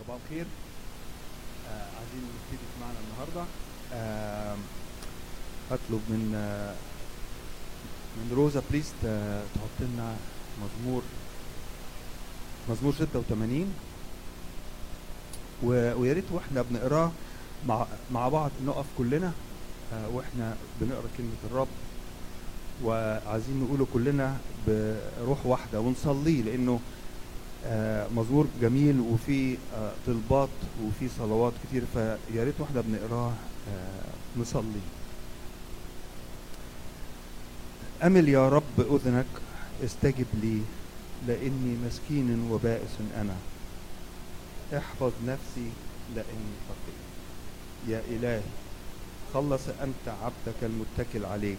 صباح الخير. عايزين نبتدي معنا النهارده. هطلب من روزا بليز تحط لنا مزمور 86 ويا ريت واحنا بنقراه مع بعض نقف كلنا واحنا بنقرا كلمه الرب، وعايزين نقوله كلنا بروح واحده ونصليه، لانه مزمور جميل وفي طلبات وفي صلوات كتير، فيا ريت واحنا بنقراه نصلي. أمل يا رب أذنك، استجب لي لأني مسكين وبائس أنا، احفظ نفسي لأني فقير. يا إلهي خلص أنت عبدك المتكل عليك،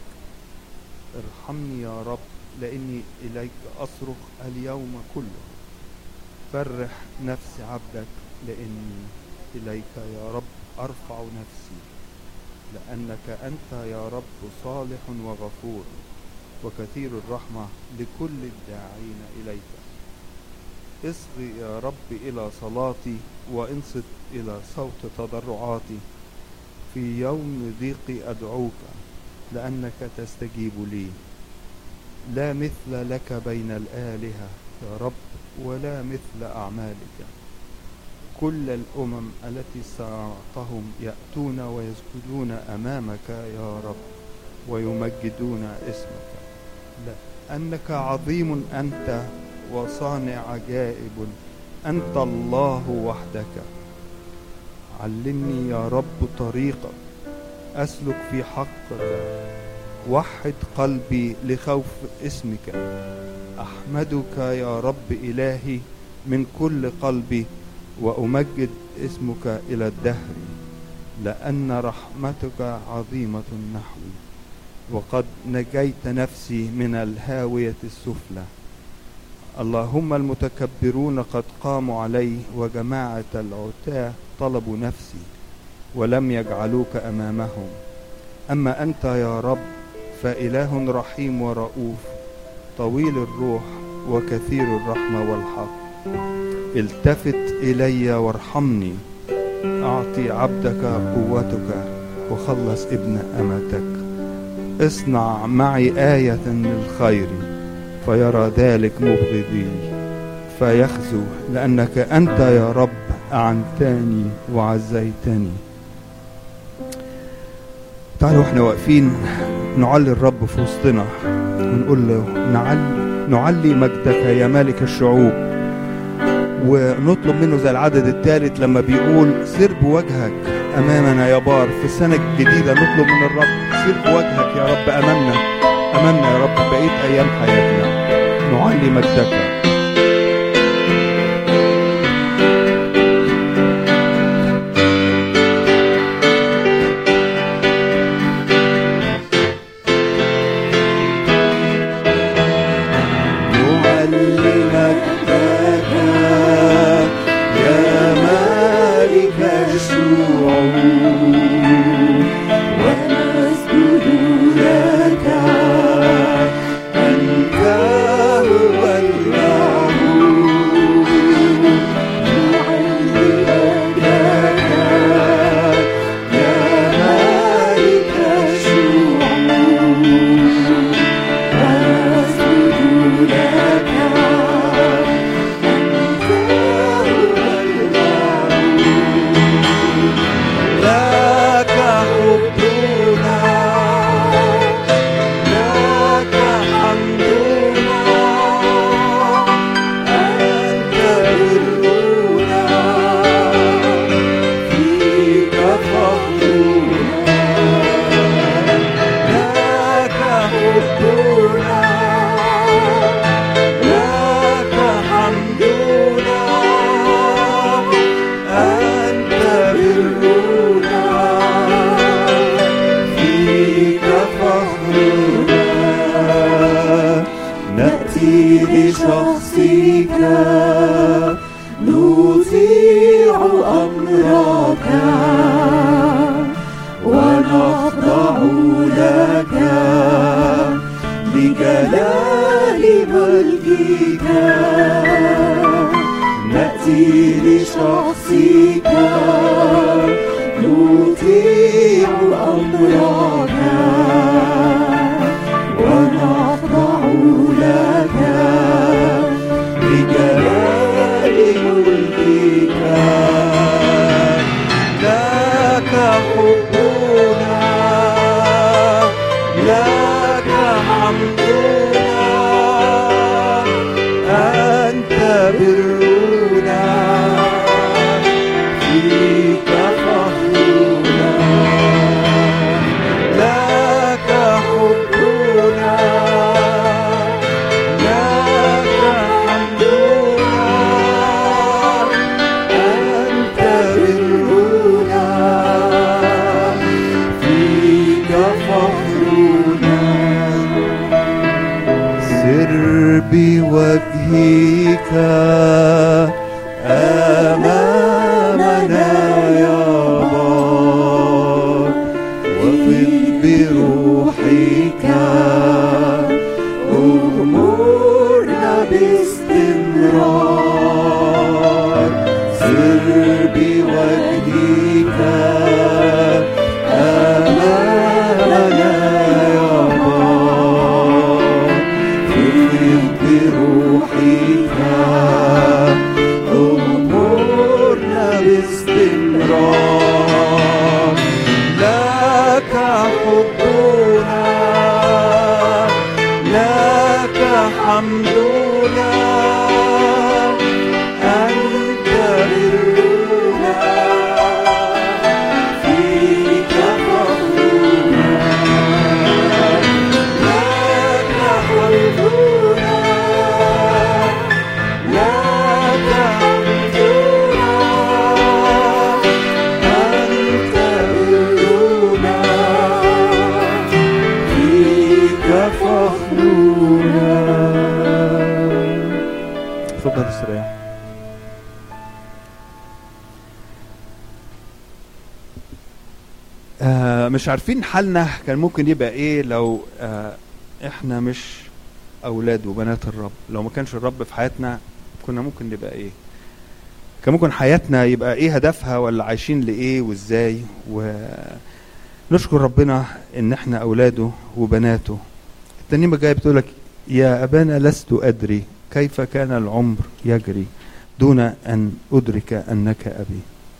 ارحمني يا رب لأني إليك أصرخ اليوم كله، فرح نفس عبدك لأني إليك يا رب أرفع نفسي، لأنك أنت يا رب صالح وغفور وكثير الرحمة لكل الداعين إليك. اصغي يا رب إلى صلاتي وانصت إلى صوت تضرعاتي، في يوم ضيقي أدعوك لأنك تستجيب لي. لا مثل لك بين الآلهة يا رب ولا مثل أعمالك. كل الأمم التي صنعتهم يأتون ويسجدون أمامك يا رب ويمجدون اسمك، لأنك عظيم أنت وصانع عجائب، أنت الله وحدك. علمني يا رب طريقك أسلك في حقك، وحد قلبي لخوف اسمك. أحمدك يا رب إلهي من كل قلبي وأمجد اسمك إلى الدهر، لأن رحمتك عظيمة نحوي، وقد نجيت نفسي من الهاوية السفلى. اللهم المتكبرون قد قاموا علي، وجماعة العتاة طلبوا نفسي ولم يجعلوك أمامهم. أما أنت يا رب فإله رحيم ورؤوف، طويل الروح وكثير الرحمة والحق. التفت إلي وارحمني، أعطي عبدك قوتك وخلص ابن أمتك. اصنع معي آية للخير فيرى ذلك مبغضي فيخزو، لأنك أنت يا رب أعنتني وعزيتني. تعالوا احنا واقفين نعلي الرب في وسطنا ونقول له نعلي مجدك يا مالك الشعوب، ونطلب منه زي العدد الثالث لما بيقول سر بوجهك أمامنا يا بار. في السنة الجديدة نطلب من الرب سر بوجهك يا رب أمامنا يا رب بقية أيام حياتنا. نعلي مجدك. ونسجد لك، أنت هو بوجهك أمامنا يا رب، تفيض بروحك أمورنا باستمرار. لك حبنا، لك حمدنا، أنت برنا، فيك فخرنا. لك حمدنا، لك حمدنا، أنت برنا، فيك فخرنا. تفضل استريح. مش عارفين حالنا كان ممكن يبقى ايه لو احنا مش اولاد وبنات الرب. لو ما كانش الرب في حياتنا كنا ممكن نبقى ايه؟ كان ممكن حياتنا يبقى ايه هدفها، ولا عايشين لايه وازاي؟ ونشكر ربنا ان احنا اولاده وبناته. الترنيمه الجايه بتقولك يا ابانا لست ادري كيف كان العمر يجري دون ان ادرك انك ابي.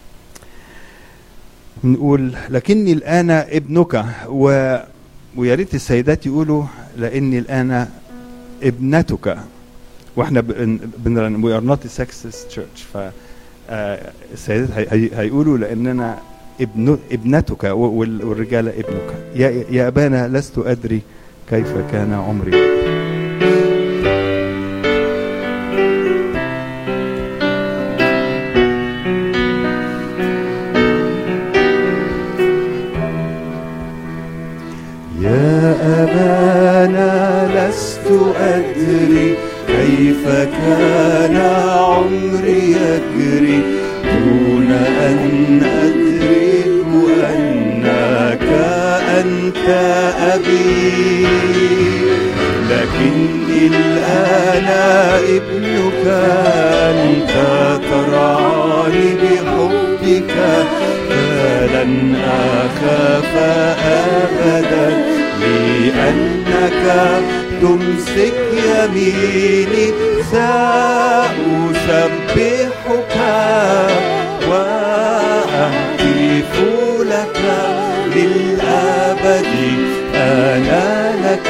نقول لكني الآن ابنك، ويا ريت السيدات يقولوا لأني الآن ابنتك. واحنا we are not a sexist church، فالسيدات هيقولوا لأننا ابنتك، والرجال ابنك. يا أبانا لست أدري كيف كان عمري. لست أدري كيف كان عمري يجري دون أن أدرك أنك أنت أبي. لكني الآن ابنك، أنت ترعاني بحبك، فلن أخاف أبدا لأنك تمسك يميني. سأسبحك وأهتف لك للأبد، أنا لك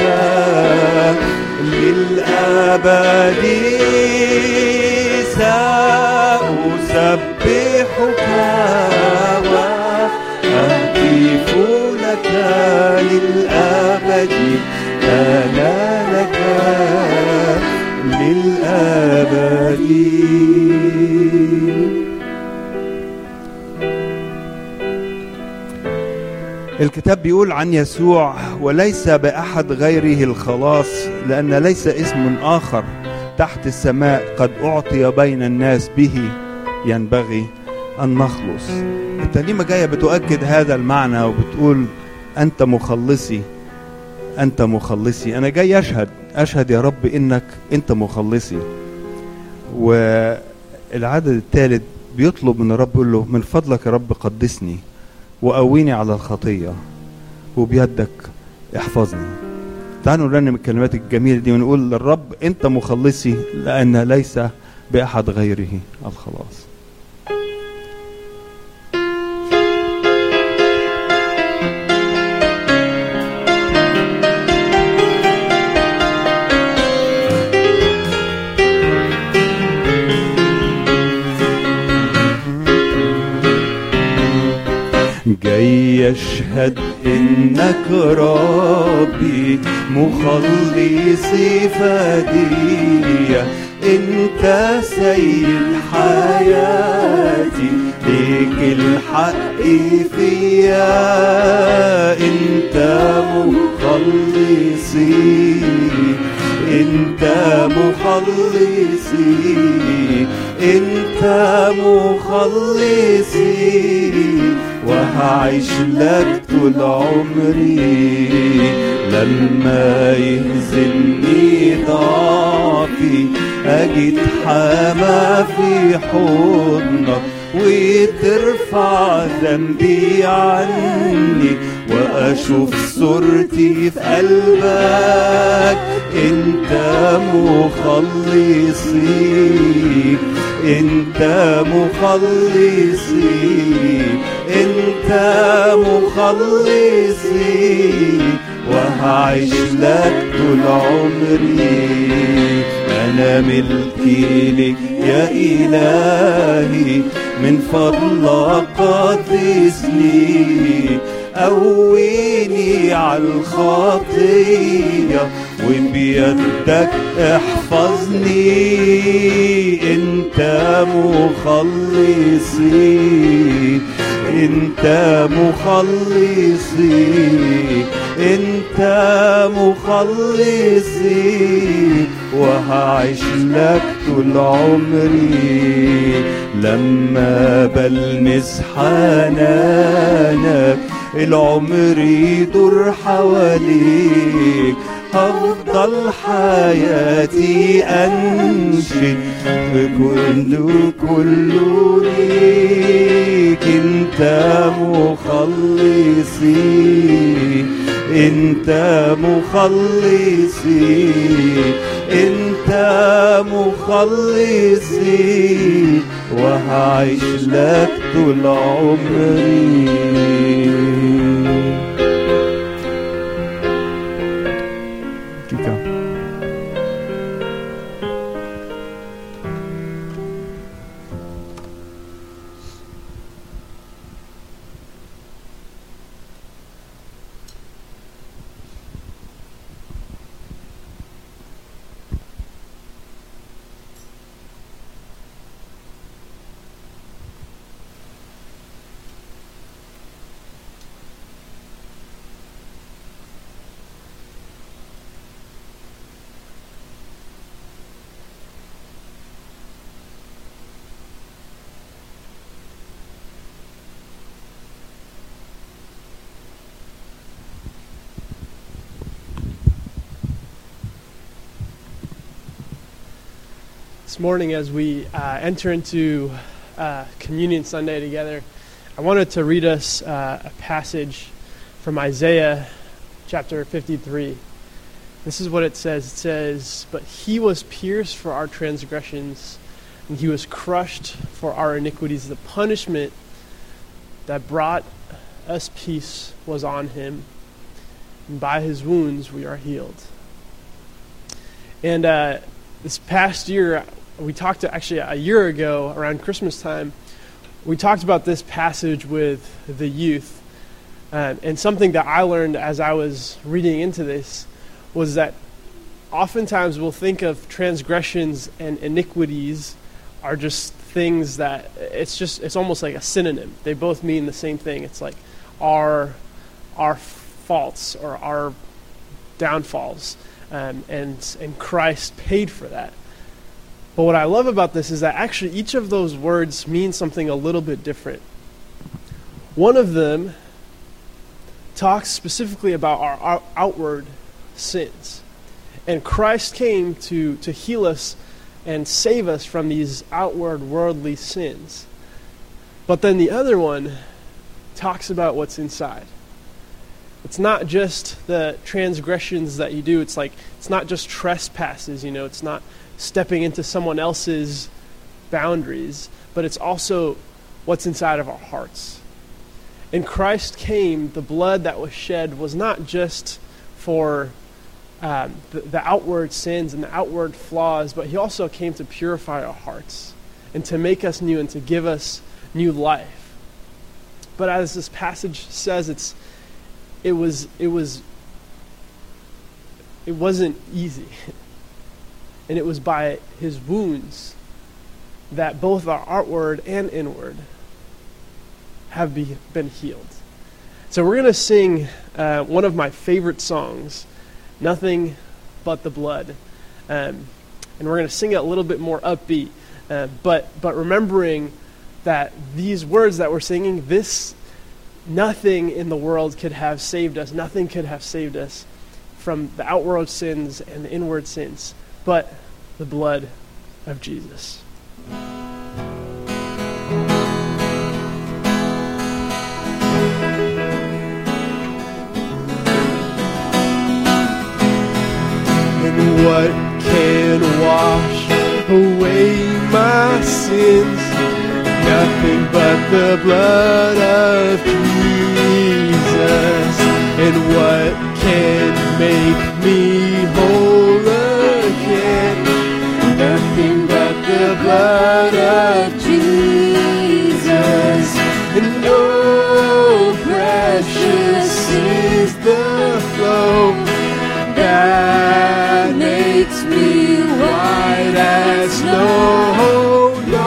للأبد. سأسبحك وأهتف لك للأبد، أنا لك للأبد. الكتاب بيقول عن يسوع وليس بأحد غيره الخلاص، لأن ليس اسم آخر تحت السماء قد أعطي بين الناس به ينبغي أن نخلص. الترنيمة جاية بتؤكد هذا المعنى وبتقول أنت مخلصي، أنت مخلصي. أنا جاي أشهد يا رب إنك أنت مخلصي. والعدد الثالث بيطلب من الرب، يقول له من فضلك يا رب قدسني وقويني على الخطية وبيدك احفظني. تعالوا نرنم الكلمات الجميلة دي ونقول للرب أنت مخلصي، لأن ليس بأحد غيره الخلاص. جاي يشهد إنك ربي مخلصي فدية، أنت سيد حياتي، ليك الحق فيا، أنت مخلصي، أنت مخلصي، أنت مخلصي وهعيش لك طول عمري. لما يهزمني ضعفي أجد حما في حضنك وترفع ذنبي عني وأشوف صورتي في قلبك. أنت مخلصي، أنت مخلصي، أنت مخلصي وهعيش لك طول عمري. أنا ملكي لك يا إلهي، من فضلك قدسني، قويني عالخطية وبيدك احفظني. انت مخلصي، انت مخلصي، انت مخلصي وهعيش لك طول عمري. لما بلمس حنانك العمر يدور حواليك، هفضل حياتي أنشد كله ليك. انت مخلصي، انت مخلصي، انت مخلصي وهعيش لك طول عمري. This morning, as we enter into Communion Sunday together, I wanted to read us a passage from Isaiah chapter 53. This is what it says. It says, "But he was pierced for our transgressions, and he was crushed for our iniquities. The punishment that brought us peace was on him, and by his wounds we are healed." And this past year, we talked actually a year ago around Christmas time, we talked about this passage with the youth. And something that I learned as I was reading into this was that oftentimes we'll think of transgressions and iniquities are just things that it's almost like a synonym. They both mean the same thing. It's like our faults or our downfalls. And Christ paid for that. But what I love about this is that actually each of those words means something a little bit different. One of them talks specifically about our outward sins. And Christ came to heal us and save us from these outward worldly sins. But then the other one talks about what's inside. It's not just the transgressions that you do. It's not just trespasses, it's not stepping into someone else's boundaries, but it's also what's inside of our hearts. And Christ came, the blood that was shed was not just for the outward sins and the outward flaws, but he also came to purify our hearts and to make us new and to give us new life. But as this passage says, it wasn't easy. And it was by his wounds that both our outward and inward have been healed. So we're going to sing one of my favorite songs, Nothing But the Blood. And we're going to sing it a little bit more upbeat. But remembering that these words that we're singing, nothing in the world could have saved us. Nothing could have saved us from the outward sins and the inward sins, but the blood of Jesus. And what can wash away my sins? Nothing but the blood of Jesus. And what can make me whole again? Nothing but the blood of Jesus. And oh, precious is the flow that makes me white as snow. No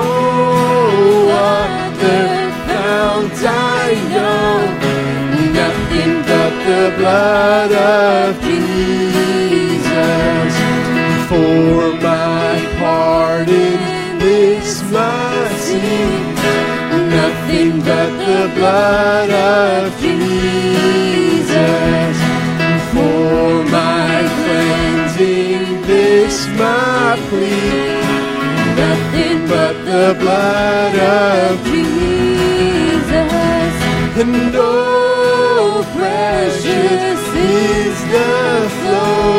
other fount I know, nothing but the blood of Jesus. For my pardon, this my sin, nothing but the blood of Jesus. For my cleansing, this my plea, nothing but the blood of Jesus. And oh, precious is the flow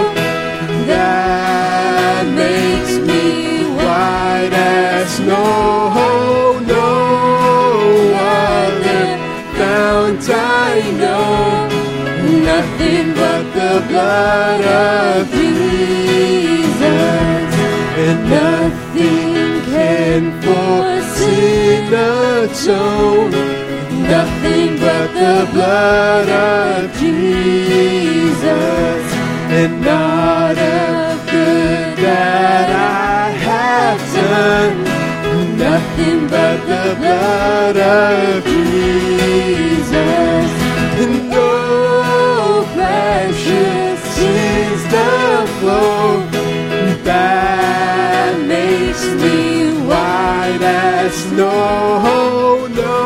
that makes me white as snow. No other fount I know, nothing but the blood of Jesus. And nothing can for sin atone, nothing but the blood of Jesus. And not a good that I have done, nothing but the blood of Jesus. And oh, precious is the flow that makes me white as snow. No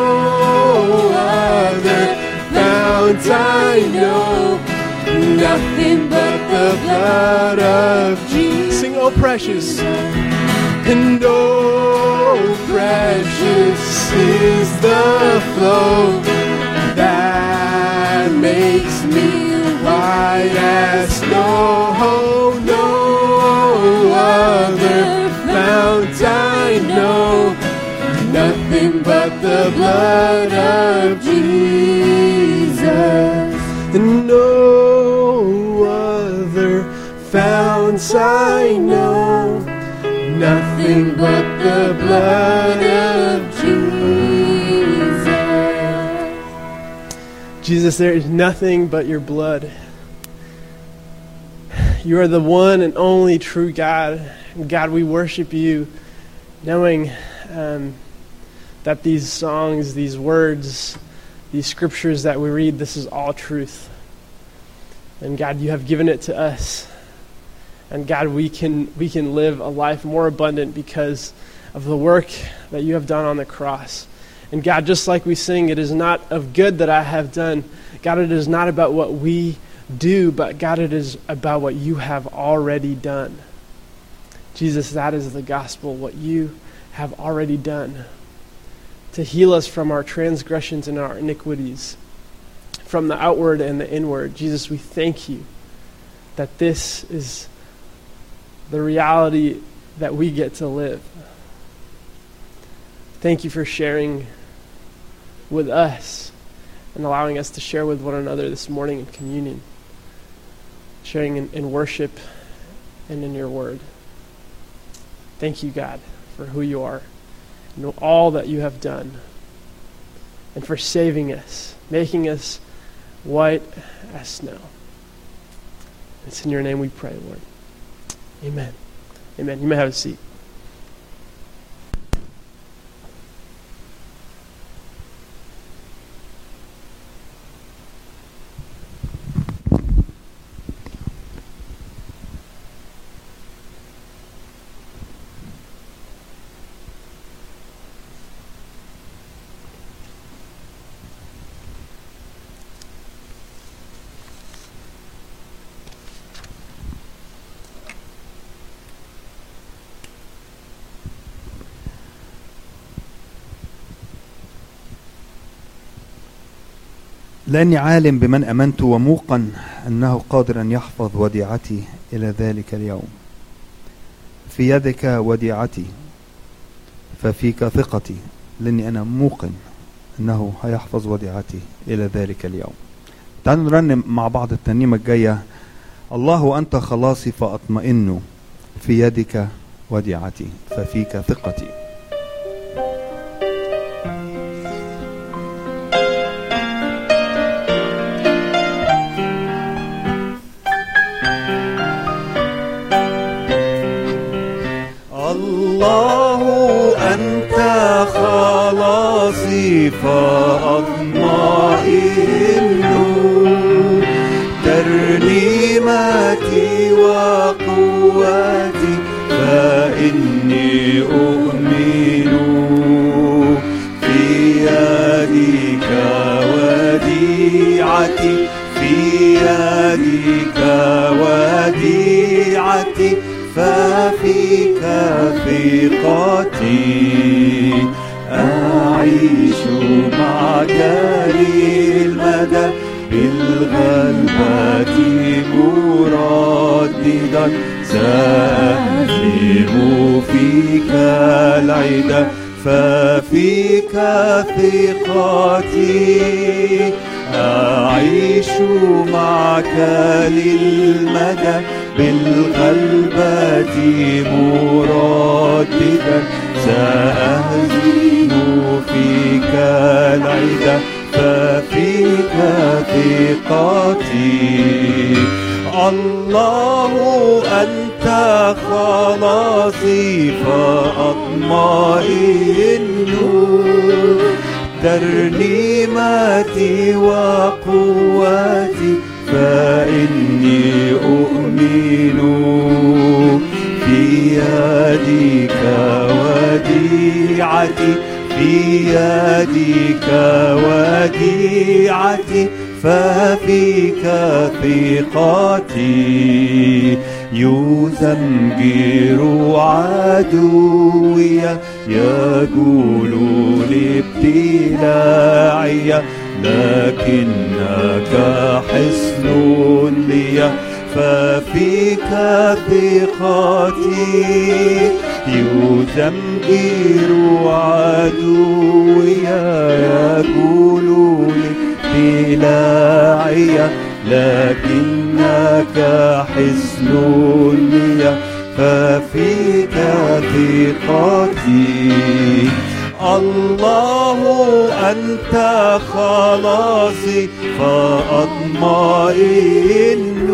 other fount I know, nothing but the blood of Jesus. Sing, oh, precious. And oh, precious is the flow that makes me white as snow. No other fount I know, nothing but the blood of Jesus. And no other founts I know, nothing but the blood of Jesus. Jesus, there is nothing but your blood. You are the one and only true God. God, we worship you, knowing that these songs, these words, these scriptures that we read, this is all truth. And God, you have given it to us. And God, we can live a life more abundant because of the work that you have done on the cross. And God, just like we sing, it is not of good that I have done. God, it is not about what we do, but God, it is about what you have already done. Jesus, that is the gospel, what you have already done to heal us from our transgressions and our iniquities, from the outward and the inward. Jesus, we thank you that this is the reality that we get to live. Thank you for sharing with us and allowing us to share with one another this morning in communion, sharing in worship and in your word. Thank you, God, for who you are and all that you have done, and for saving us, making us white as snow. It's in your name we pray, Lord. Amen. Amen. You may have a seat. لأني عالم بمن أمنت وموقن أنه قادر أن يحفظ وديعتي إلى ذلك اليوم. في يدك وديعتي ففيك ثقتي، لأني أنا موقن أنه هيحفظ وديعتي إلى ذلك اليوم. تعالوا نرنم مع بعض الترنيمة الجاية: الله أنت خلاصي فأطمئن، في يدك وديعتي ففيك ثقتي. الله أنت خلاصي فأطمئن، ترنيمتي وقوتي فإني أؤمن، في يدك وديعتي، في يدك وديعتي ففيك ثقتي، أعيش معك للمدى بالغلبة مرددا، سأهزم فيك العدا ففيك ثقتي، أعيش معك للمدى بالغلبة مرددا، سأهزم فيك العدا ففيك ثقتي. الله أنت خلاصي فأطمئن، ترنيمتي وقوتي فإني أؤمن، في يدك وديعتي، في يدك وديعتي ففيك ثقتي، يزمجر عدوي يقول لابتلاعي، لكنك حصن لي ففيك ثقتي، يزمجر عدوي يقول لابتلاعي، لكنك حصن لي ففيك ثقتي. الله أنت خلاصي فأطمئن،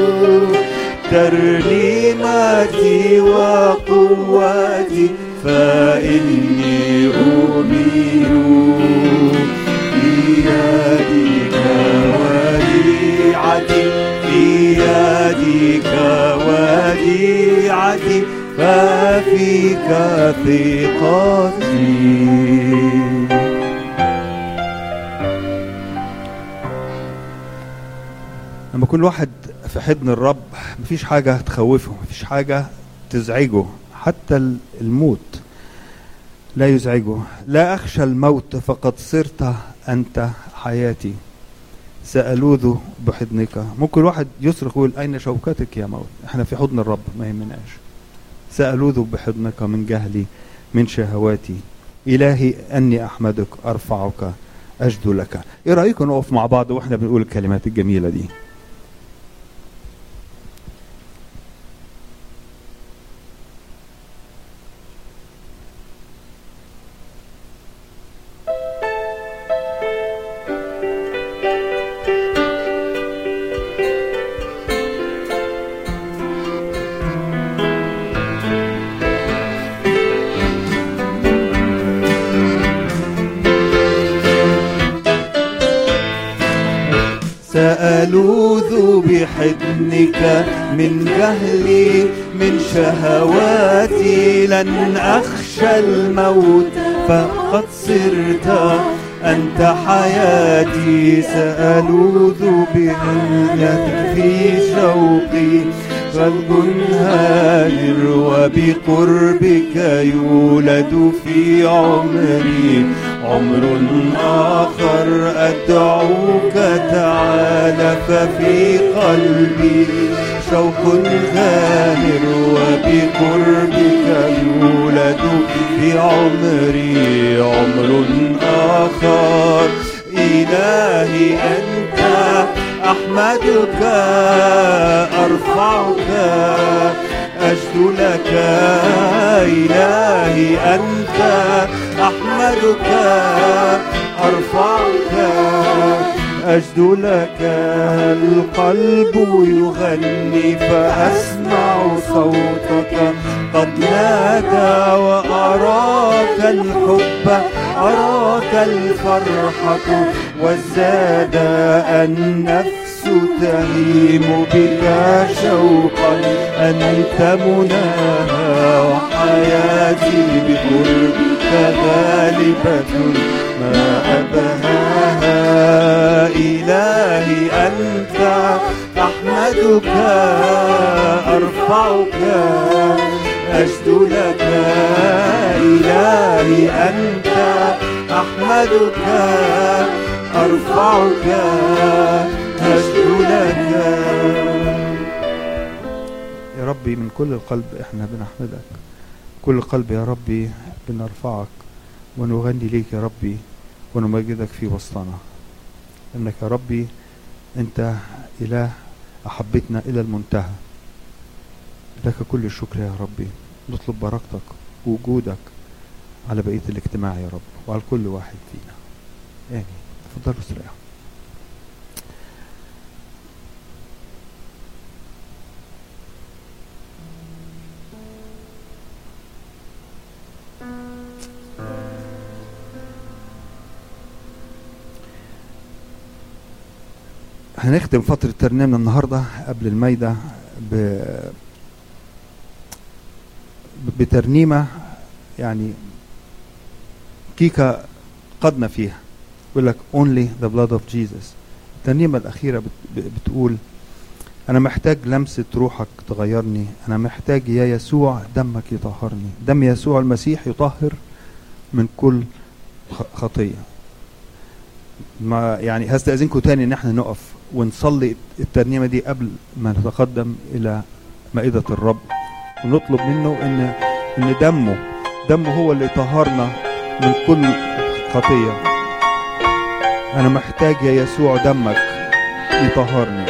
ترنيمتي وقوتي فإني أؤمن، في يدك وديعتي، في يدك وديعتي ففيك ثقتي. لما كل واحد في حضن الرب مفيش حاجة تخوفه، مفيش حاجة تزعجه، حتى الموت لا يزعجه. لا أخشى الموت فقد صرت أنت حياتي، سألوذ بحضنك. ممكن واحد يصرخ ويقول أين شوكتك يا موت؟ احنا في حضن الرب ما يهمناش. سألوذ بحضنك من جهلي من شهواتي، إلهي أني أحمدك أرفعك أجد لك. إيه رأيكم نقف مع بعض وإحنا بنقول الكلمات الجميلة دي؟ سألوذ بحضنك من جهلي من شهواتي، لن أخشى الموت فقد صرت أنت حياتي. سألوذ بحضنك في شوقي قلب هادر وبقربك يولد في عمري عمر آخر أدعوك تعال ففي قلبي شوق غامر وبقربك يولد في عمري عمر آخر إلهي أنت أحمدك أرفعك أجد لك إلهي أنت أحمدك أرفعك أجد لك القلب يغني فأسمع صوتك قد نادى وأراك الحب أراك الفرحة وازداد النفس تهيم بك شوقا أنت مناها وحياتي بقربك غالبة ما أبهاها إلهي أنت أحمدك أرفعك أجد لك إلهي أنت أحمدك أرفعك أجد لك. يا ربي من كل القلب احنا بنحمدك، كل القلب يا ربي بنرفعك ونغني ليك يا ربي ونمجدك في وسطنا، انك يا ربي انت اله احبتنا الى المنتهى. لك كل الشكر يا ربي، نطلب بركتك ووجودك على بقية الاجتماع يا رب وعلى كل واحد فينا. آمين. تفضلوا استريحوا. هنختم فترة ترنيمنا النهاردة قبل المايدة بترنيمة يعني كيكا قدنا فيها، يقول لك only the blood of Jesus. الترنيمة الأخيرة بتقول أنا محتاج لمسة روحك تغيرني، أنا محتاج يا يسوع دمك يطهرني، دم يسوع المسيح يطهر من كل خطية. ما يعني هستأذنكم تاني ان احنا نقف ونصلي الترنيمة دي قبل ما نتقدم الى مائدة الرب، ونطلب منه ان دمه هو اللي يطهرنا من كل خطية. انا محتاج يا يسوع دمك يطهرني.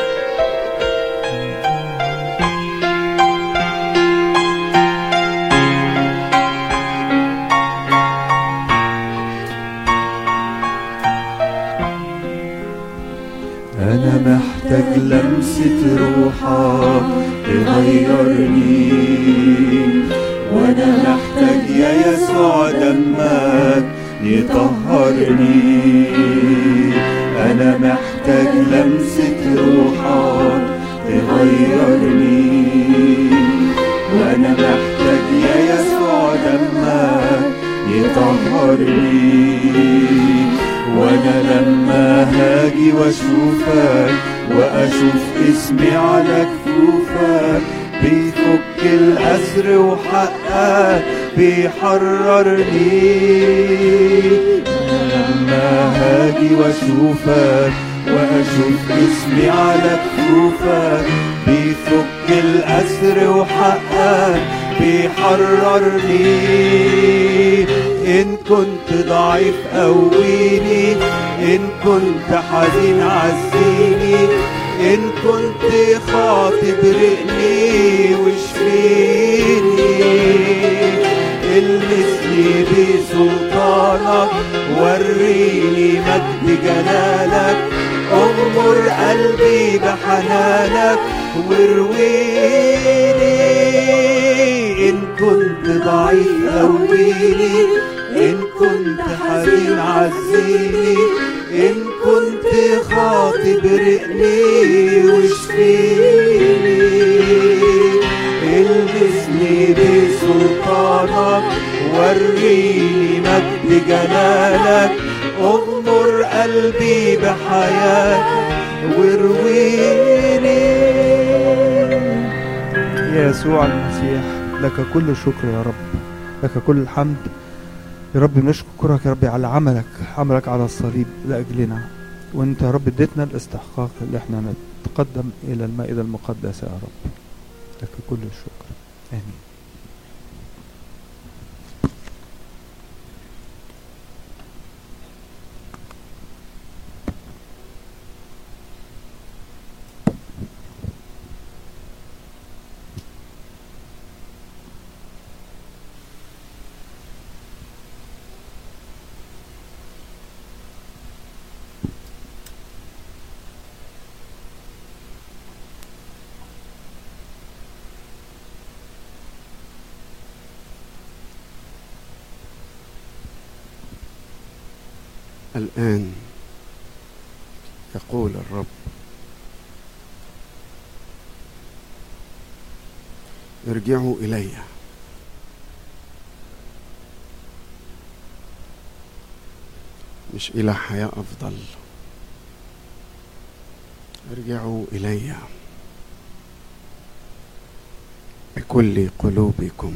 أنا محتاج لمسة روحك تغيرني، وأنا محتاج يا يسوع دمك يطهرني. أنا محتاج لمسة روحك تغيرني، وأنا محتاج يا يسوع دمك يطهرني. وانا لما هاجي واشوفك واشوف اسمي على كفوفك بيفك الاسر وحقك بيحررني. انا لما هاجي واشوفك واشوف اسمي على كفوفك بيفك الاسر وحقك بيحررني. إن كنت ضعيف قويني، إن كنت حزين عزيني، إن كنت خاطي برقني واشفيني. المسني بسلطانك وريني مجد جلالك، أغمر قلبي بحنانك وارويني. إن كنت ضعيف قويني، إن كنت حزين عزيني، إن كنت خاطي برقني واشفيني. المسني بسلطانك وريني مجد جلالك، اغمر قلبي بحياتك وارويني. يسوع المسيح، لك كل شكر يا رب، لك كل الحمد يا رب. بنشكرك يا رب على عملك على الصليب لأجلنا، وانت يا رب اديتنا الاستحقاق اللي احنا نتقدم الى المائدة المقدسة يا رب. لك كل الشكر، آمين. الآن يقول الرب: ارجعوا إلي، مش إلى حياة أفضل، ارجعوا إلي بكل قلوبكم،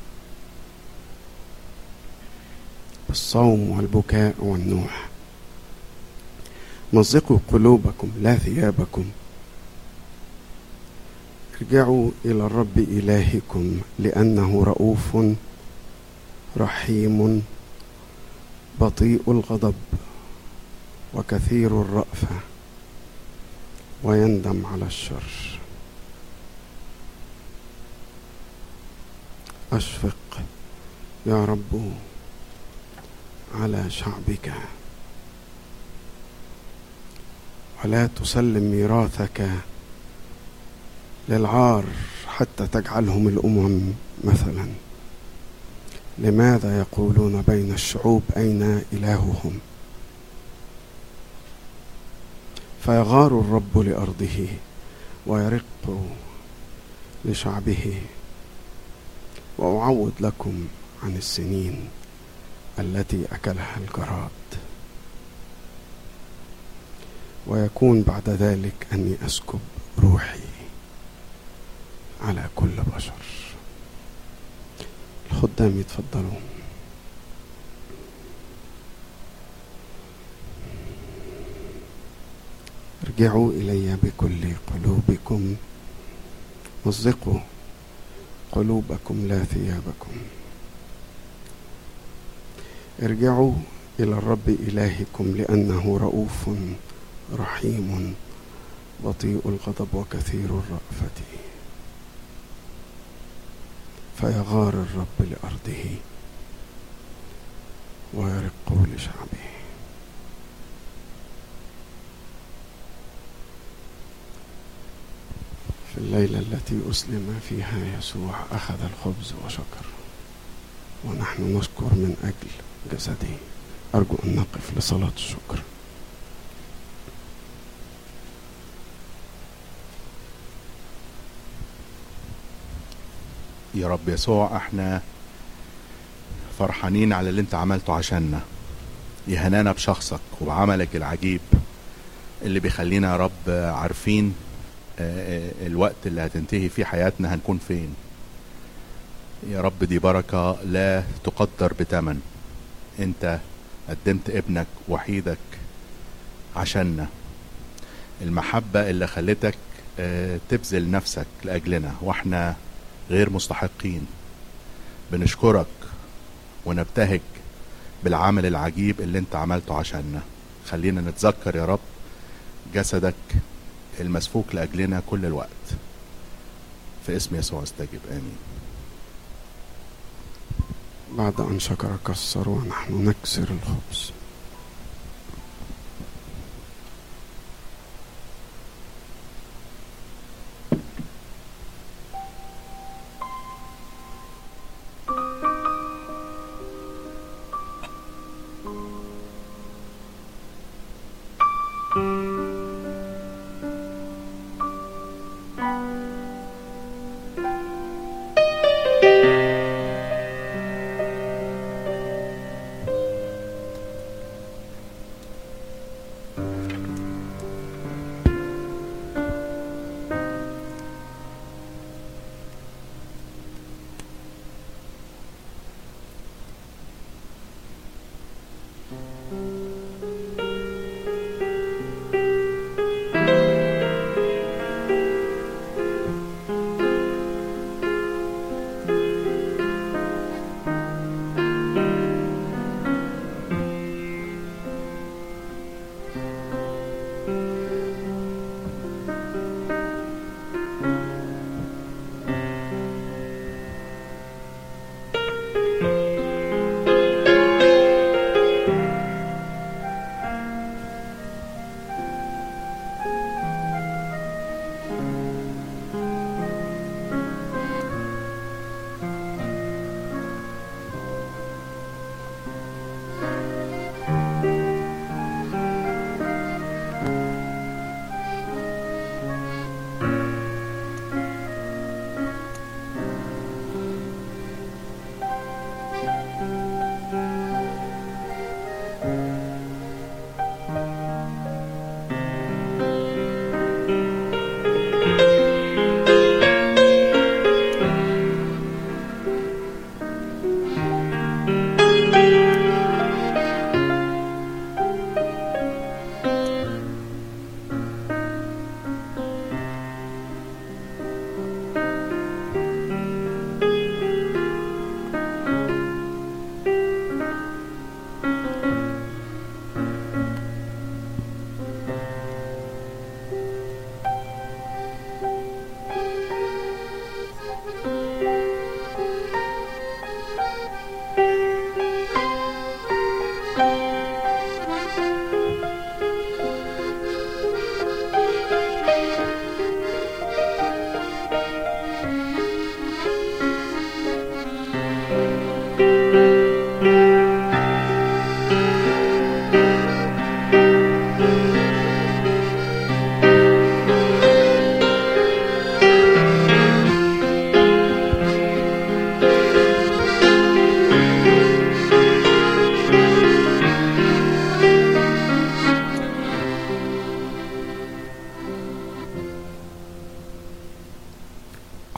بالصوم والبكاء والنوح. مزقوا قلوبكم لا ثيابكم. ارجعوا إلى الرب إلهكم، لأنه رؤوف رحيم بطيء الغضب وكثير الرأفة، ويندم على الشر. أشفق يا رب على شعبك، ولا تسلم ميراثك للعار حتى تجعلهم الأمم مثلا. لماذا يقولون بين الشعوب أين إلههم؟ فيغار الرب لأرضه ويرق لشعبه، وأعوض لكم عن السنين التي أكلها الجراد. ويكون بعد ذلك أني أسكب روحي على كل بشر. الخدام يتفضلوا. ارجعوا إلي بكل قلوبكم، مزقوا قلوبكم لا ثيابكم. ارجعوا إلى الرب إلهكم، لأنه رؤوف رحيم بطيء الغضب وكثير الرأفة. فيغار الرب لأرضه ويرق لشعبه. في الليلة التي أسلم فيها يسوع أخذ الخبز وشكر، ونحن نشكر من أجل جسده. أرجو أن نقف لصلاة الشكر. يا رب يسوع، احنا فرحانين على اللي انت عملته عشاننا. يهنانا بشخصك وبعملك العجيب اللي بيخلينا يا رب عارفين الوقت اللي هتنتهي فيه حياتنا هنكون فين. يا رب دي بركة لا تقدر بثمن. انت قدمت ابنك وحيدك عشاننا، المحبة اللي خلتك تبذل نفسك لأجلنا واحنا غير مستحقين. بنشكرك ونبتهج بالعمل العجيب اللي انت عملته عشاننا. خلينا نتذكر يا رب جسدك المسفوك لأجلنا كل الوقت. في اسم يسوع استجب، آمين. بعد أن شكر كسر، ونحن نكسر الخبز.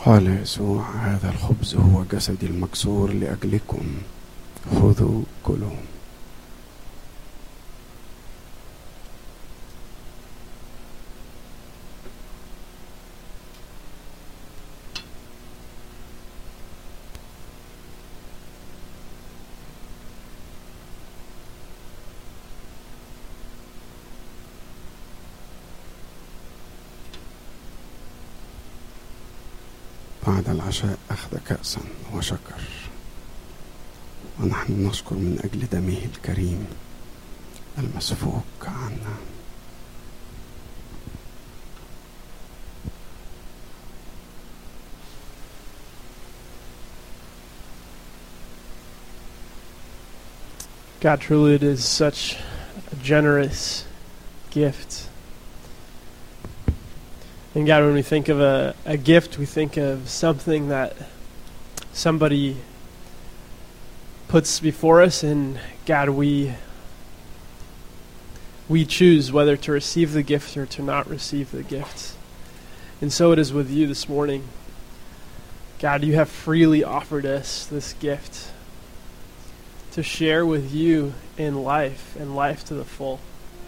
قال يسوع: هذا الخبز هو جسدي المكسور لأجلكم، خذوا كلوا. بعد العشاء أخذ كأسا وشكر، ونحن نشكر من أجل دمه الكريم المسفوك عنا. God, truly it is such a generous gift. And God, when we think of a gift, we think of something that somebody puts before us, and God, we choose whether to receive the gift or to not receive the gift. And so it is with you this morning. God, you have freely offered us this gift to share with you in life, and life to the full.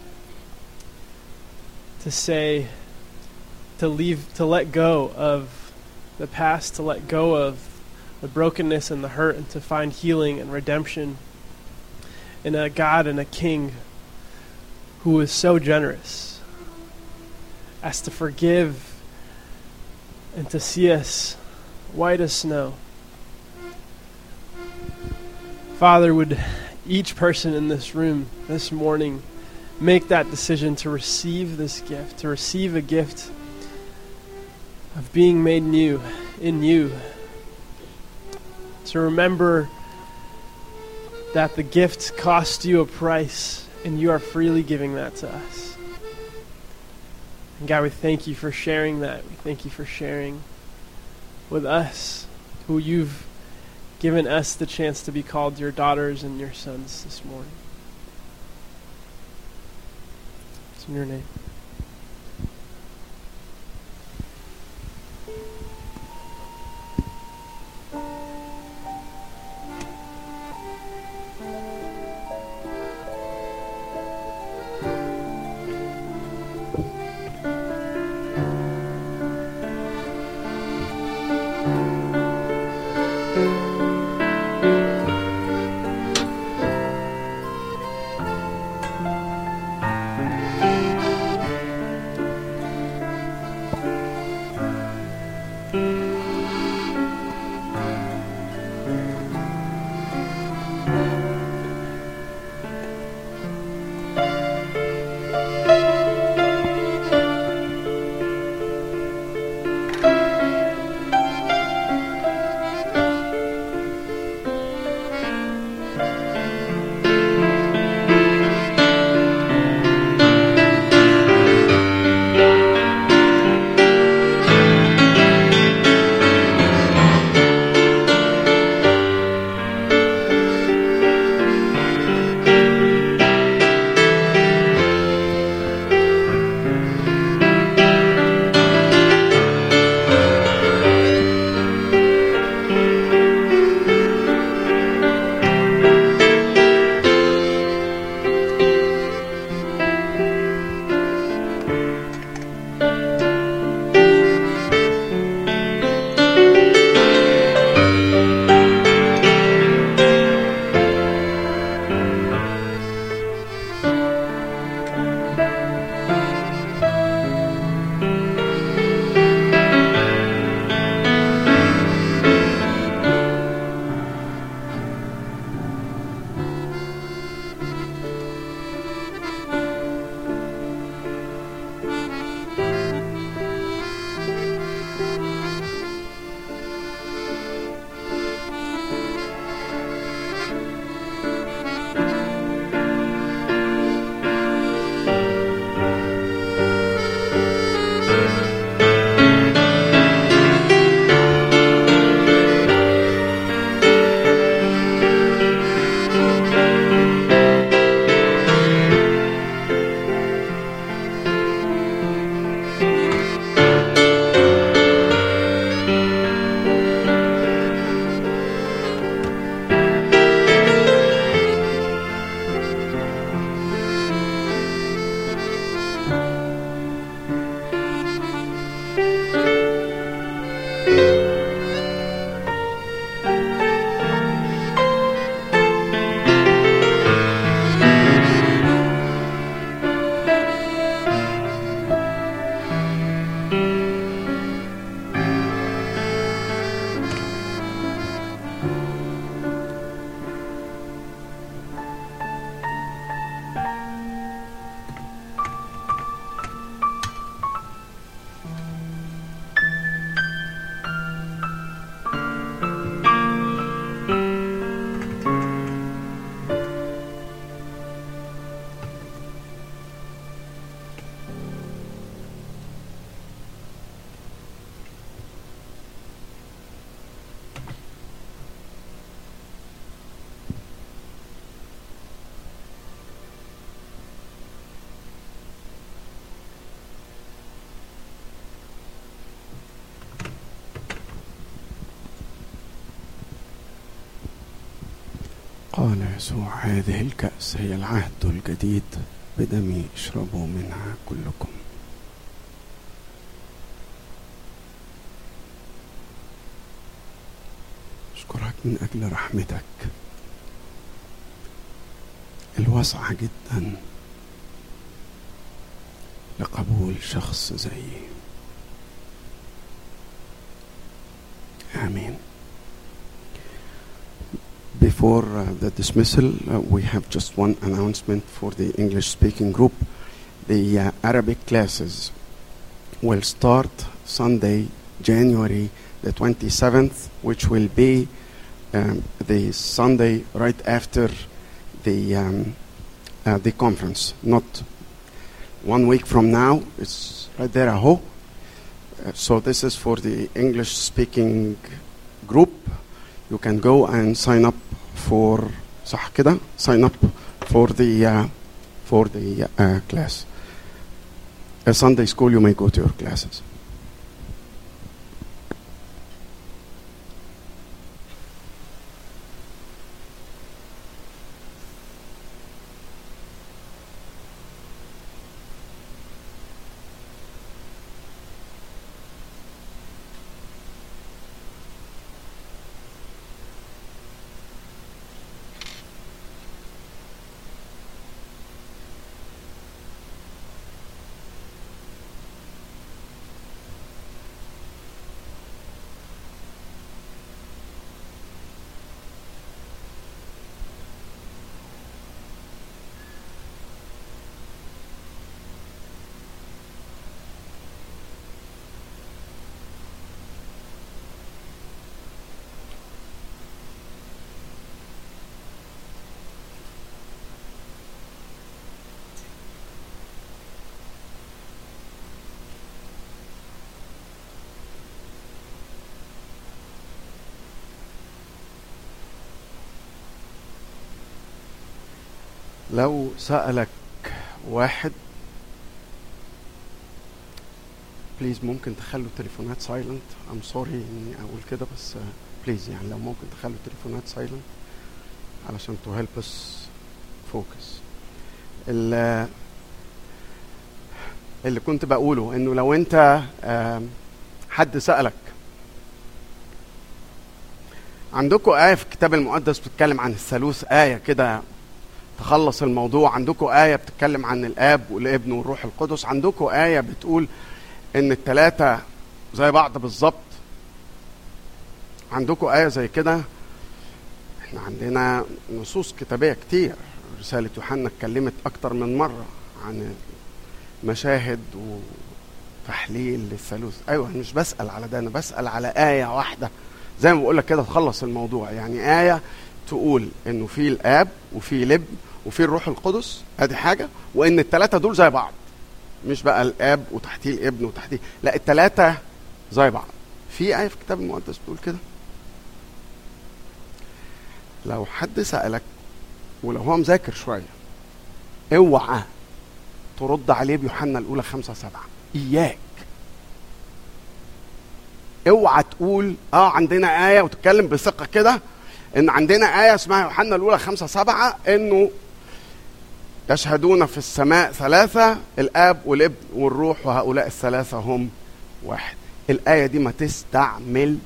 To say, to let go of the past, to let go of the brokenness and the hurt, and to find healing and redemption in a God and a King who is so generous as to forgive and to see us white as snow. Father, would each person in this room this morning make that decision to receive this gift, to receive a gift of being made new in you, to remember that the gift cost you a price and you are freely giving that to us. And God, we thank you for sharing that. We thank you for sharing with us, who you've given us the chance to be called your daughters and your sons this morning. It's in your name. قال يسوع هذه الكأس هي العهد الجديد بدمي اشربوا منها كلكم. أشكرك من أجل رحمتك الواسعة جدا لقبول شخص زيي. آمين. Before the dismissal, we have just one announcement for the English-speaking group. The Arabic classes will start Sunday, January the 27th, which will be the Sunday right after the conference. Not 1 week from now. It's right there, aho. So this is for the English-speaking group. You can go and sign up for صح كده sign up for the class. A Sunday school, you may go to your classes. لو سألك واحد بليز ممكن تخلوا تليفونات سايلنت. I'm sorry اني اقول كده بس بليز يعني لو ممكن تخلوا تليفونات سايلنت علشان to help us focus. اللي كنت بقوله انه لو انت حد سألك عندكم آية في الكتاب المقدس بتتكلم عن الثالوث، آية كده تخلص الموضوع، عندكم آية بتتكلم عن الآب والابن والروح القدس، عندكم آية بتقول إن الثلاثة زي بعض بالظبط، عندكم آية زي كده. احنا عندنا نصوص كتابية كتير. رسالة يوحنا اتكلمت أكتر من مرة عن مشاهد وتحليل للثالوث. أيوة مش بسأل على ده، أنا بسأل على آية واحدة زي ما بقولك كده تخلص الموضوع. يعني آية تقول إنه في الآب وفي الابن وفي الروح القدس، ادي حاجه، وان الثلاثه دول زي بعض، مش بقى الاب وتحتيه الابن وتحتيه، لا الثلاثه زي بعض. في ايه في الكتاب المقدس بتقول كده؟ لو حد سالك ولو هو مذاكر شويه اوعى ترد عليه بيوحنا الاولى 5:7. اياك اوعى تقول عندنا ايه وتتكلم بثقه كده ان عندنا ايه اسمها يوحنا الاولى 5:7 انه يشهدون في السماء ثلاثة، الآب والابن والروح وهؤلاء الثلاثة هم واحد. الآية دي ما تستعملهاش.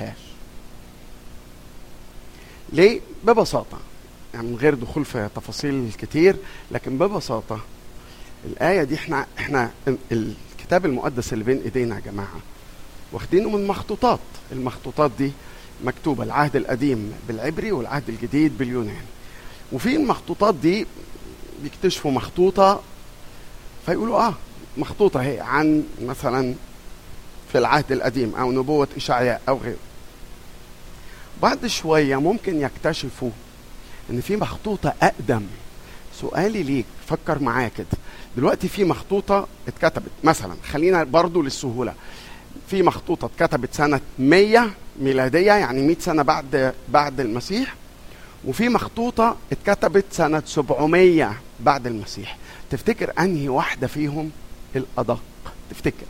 ليه؟ ببساطة يعني من غير دخول في تفاصيل كتير، لكن ببساطة الآية دي احنا الكتاب المقدس اللي بين ايدينا يا جماعة واخدينه من مخطوطات. المخطوطات دي مكتوبة العهد القديم بالعبري والعهد الجديد باليوناني، وفي المخطوطات دي بيكتشفوا مخطوطة فيقولوا مخطوطة هي عن مثلا في العهد القديم أو نبوة إشعياء أو غيره. بعد شوية ممكن يكتشفوا إن في مخطوطة أقدم. سؤالي ليك فكر معايا كده، دلوقتي في مخطوطة اتكتبت مثلا، خلينا برضو للسهولة، في مخطوطة اتكتبت سنة 100 ميلادية يعني 100 سنة بعد المسيح، وفي مخطوطة اتكتبت سنة 700 بعد المسيح. تفتكر أنهي واحدة فيهم الأدق؟ تفتكر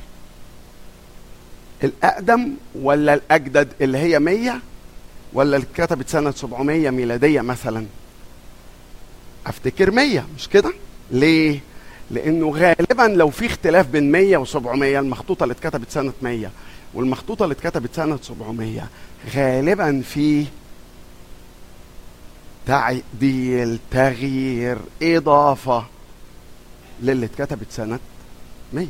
الأقدم ولا الأجدد اللي هي 100 ولا اللي اتكتبت سنة 700 ميلادية مثلا؟ افتكر 100 مش كده؟ ليه؟ لانه غالبا لو في اختلاف بين 100 و700، المخطوطه اللي اتكتبت سنه 100 والمخطوطه اللي اتكتبت سنه 700 غالبا في تعديل، تغيير، اضافه للي اتكتبت سنه 100.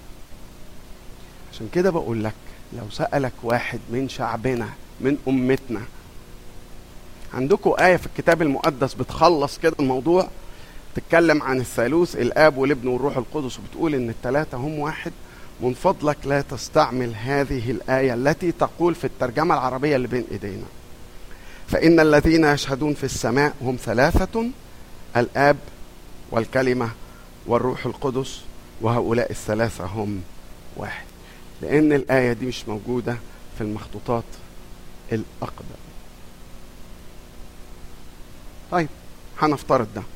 عشان كده بقول لك لو سألك واحد من شعبنا من أمتنا، عندكم آية في الكتاب المقدس بتخلص كده الموضوع، تتكلم عن الثالوث الآب والابن والروح القدس وبتقول إن الثلاثة هم واحد، من فضلك لا تستعمل هذه الآية التي تقول في الترجمة العربية اللي بين إيدينا: فإن الذين يشهدون في السماء هم ثلاثة، الآب والكلمة والروح القدس، وهؤلاء الثلاثة هم واحد. لأن الآية دي مش موجودة في المخطوطات الأقدم. طيب هنفترض ده،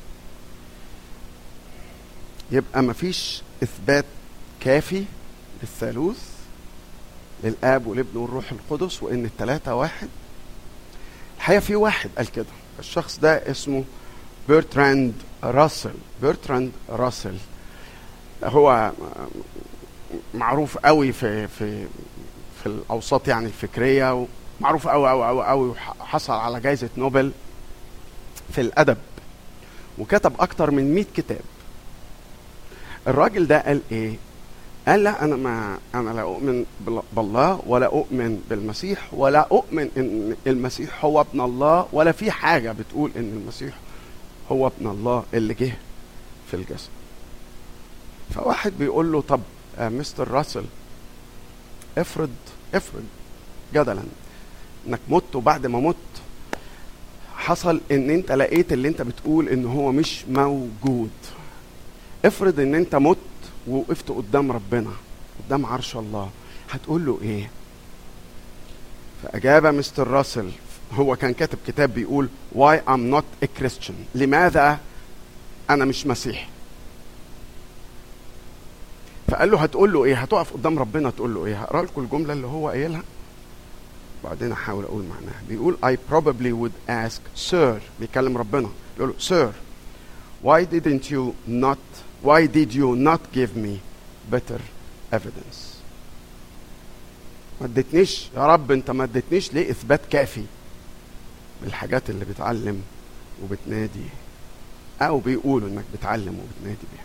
يبقى مفيش إثبات كافي للثالوث، للآب والابن والروح القدس، وإن الثلاثة واحد. الحقيقة في واحد قال كده، الشخص ده اسمه برتراند راسل. برتراند راسل هو معروف قوي في الاوساط يعني الفكريه، ومعروف قوي حصل على جائزه نوبل في الادب، وكتب اكتر من 100 كتاب. الراجل ده قال ايه؟ قال لا، انا لا اؤمن بالله، ولا اؤمن بالمسيح، ولا اؤمن ان المسيح هو ابن الله، ولا في حاجه بتقول ان المسيح هو ابن الله اللي جه في الجسد. فواحد بيقول له: طب مستر راسل، افرض جدلا انك مت، وبعد ما مت حصل ان انت لقيت اللي انت بتقول ان هو مش موجود. افرض ان انت مت ووقفت قدام ربنا، قدام عرش الله، هتقول له ايه؟ فاجاب مستر راسل، هو كان كاتب كتاب بيقول Why I'm not a Christian، لماذا انا مش مسيحي. فقال له: هتقول له ايه؟ هتقف قدام ربنا تقول له ايه؟ هقرا لكم الجمله اللي هو قايلها بعدين احاول اقول معناها. بيقول I probably would ask sir، بيكلم ربنا، بيقول له: sir why did you not give me better evidence؟ ما اديتنيش يا رب، انت ما اديتنيش ليه اثبات كافي بالحاجات اللي بتعلم وبتنادي، او بيقولوا انك بتعلم وبتنادي بيها.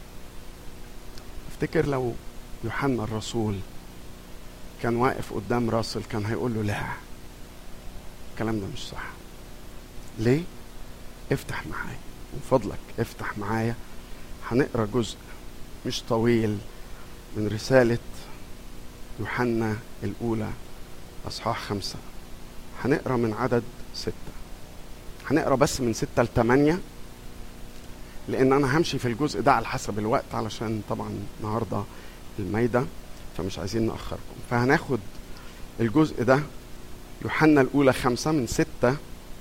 افتكر لو يوحنا الرسول كان واقف قدام راسل، كان هيقول له: لا، الكلام ده مش صح. ليه؟ افتح معايا من فضلك، افتح معايا. هنقرا جزء مش طويل من رسالة يوحنا الأولى أصحاح 5. هنقرا من عدد 6، هنقرا بس من 6 ل8، لأن أنا همشي في الجزء ده على حسب الوقت، علشان طبعا النهارده المايدة، فمش عايزين نأخركم. فهناخد الجزء ده يوحنا الأولى 5 من 6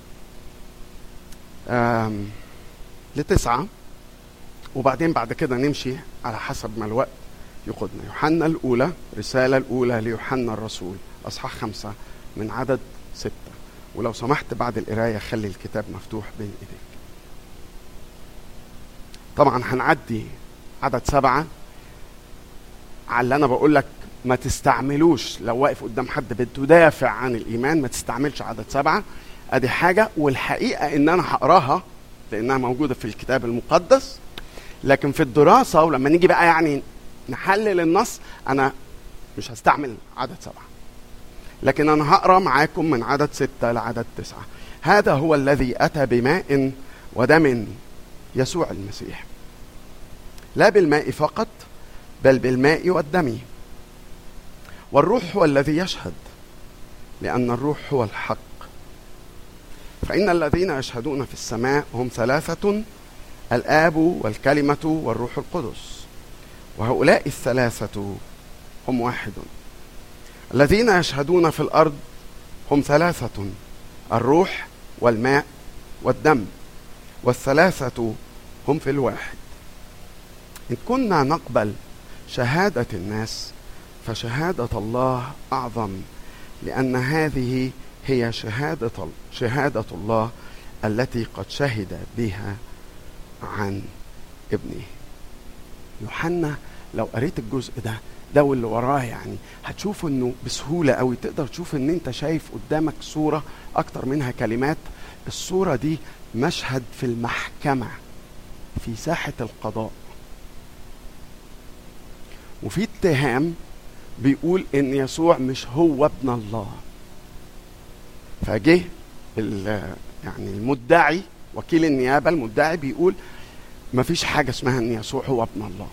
ل9، وبعدين بعد كده نمشي على حسب ما الوقت يقودنا. يوحنا الأولى، رسالة الأولى ليوحنا الرسول، أصحاح 5 من عدد 6. ولو سمحت بعد القراية خلي الكتاب مفتوح بين إيديك. طبعا هنعدي عدد 7 على اللي أنا بقول لك ما تستعملوش. لو واقف قدام حد بتدافع عن الإيمان ما تستعملش عدد 7. أدي حاجة، والحقيقة إن أنا هقراها لأنها موجودة في الكتاب المقدس، لكن في الدراسة ولما نيجي بقى يعني نحلل النص أنا مش هستعمل عدد 7، لكن أنا هقرأ معاكم من عدد 6 لعدد 9. هذا هو الذي أتى بماء ودم، يسوع المسيح، لا بالماء فقط بل بالماء والدم، والروح هو الذي يشهد، لأن الروح هو الحق. فإن الذين يشهدون في السماء هم 3، الآب والكلمة والروح القدس، وهؤلاء 3 هم واحد. الذين يشهدون في الأرض هم 3، الروح والماء والدم، وال3 هم في الواحد. إن كنا نقبل شهادة الناس فشهادة الله أعظم، لأن هذه هي شهادة الله التي قد شهد بها عن ابنه. يوحنا لو قريت الجزء ده واللي وراه يعني هتشوف انه بسهولة قوي تقدر تشوف ان انت شايف قدامك صورة اكتر منها كلمات. الصورة دي مشهد في المحكمة في ساحة القضاء، وفي اتهام بيقول ان يسوع مش هو ابن الله. فجه يعني المدعي وكيل النيابة المدعي بيقول مفيش حاجة اسمها ان يسوع هو ابن الله.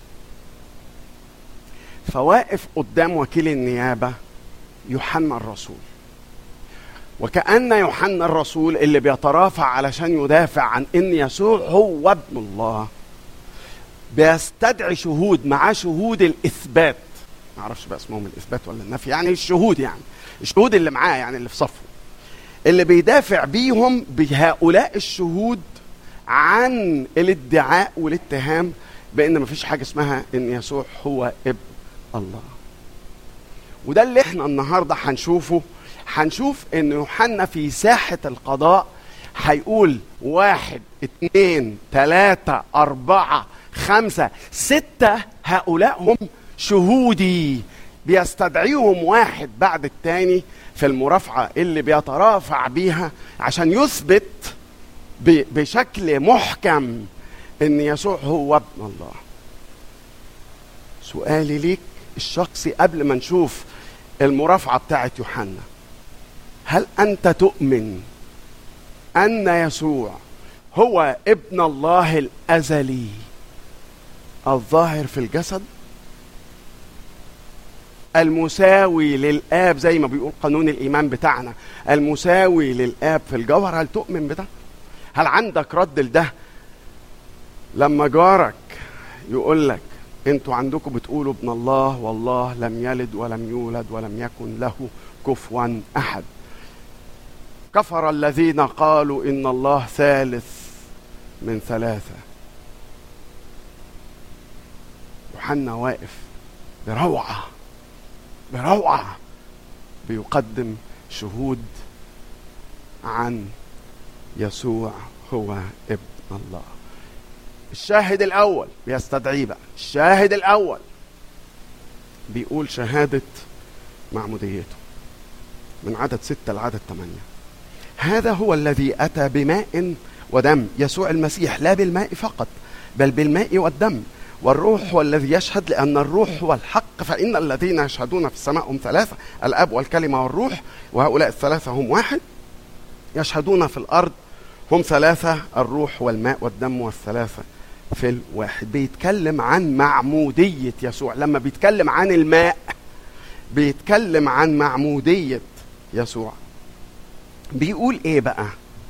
فواقف قدام وكيل النيابة يوحنا الرسول، وكأن يوحنا الرسول اللي بيترافع علشان يدافع عن ان يسوع هو ابن الله بيستدعي شهود معاه، شهود الإثبات. معرفش بقى اسمهم الإثبات ولا النفي، يعني الشهود، يعني الشهود اللي معاه، يعني اللي في صفه، اللي بيدافع بيهم بهؤلاء الشهود عن الادعاء والاتهام بأن مفيش حاجة اسمها ان يسوع هو ابن الله. وده اللي احنا النهاردة هنشوف ان يوحنا في ساحة القضاء هيقول 1 2 3 4 5 6 هؤلاء هم شهودي، بيستدعيهم واحد بعد التاني في المرافعة اللي بيترافع بيها عشان يثبت بشكل محكم ان يسوع هو ابن الله. سؤالي ليك الشخصي قبل ما نشوف المرافعة بتاعت يوحنا، هل أنت تؤمن أن يسوع هو ابن الله الأزلي الظاهر في الجسد، المساوي للآب زي ما بيقول قانون الإيمان بتاعنا، المساوي للآب في الجوهر؟ هل تؤمن بده؟ هل عندك رد لده لما جارك يقول لك انتوا عندكم بتقولوا ابن الله والله لم يلد ولم يولد ولم يكن له كفوا أحد، كفر الذين قالوا إن الله ثالث من ثلاثة. يوحنا واقف بروعة بيقدم شهود عن يسوع هو ابن الله. الشاهد الأول بيستدعيه بقى، الشاهد الأول بيقول شهادة معموديته من عدد 6 لعدد 8. هذا هو الذي أتى بماء ودم، يسوع المسيح، لا بالماء فقط بل بالماء والدم، والروح هو الذي يشهد، لأن الروح هو الحق. فإن الذين يشهدون في السماء هم ثلاثة، الآب والكلمة والروح، وهؤلاء الثلاثة هم واحد. يشهدون في الأرض هم ثلاثة، الروح والماء والدم والثلاثة في الواحد. بيتكلم عن معمودية يسوع. لما بيتكلم عن الماء بيتكلم عن معمودية يسوع. بيقول ايه بقى؟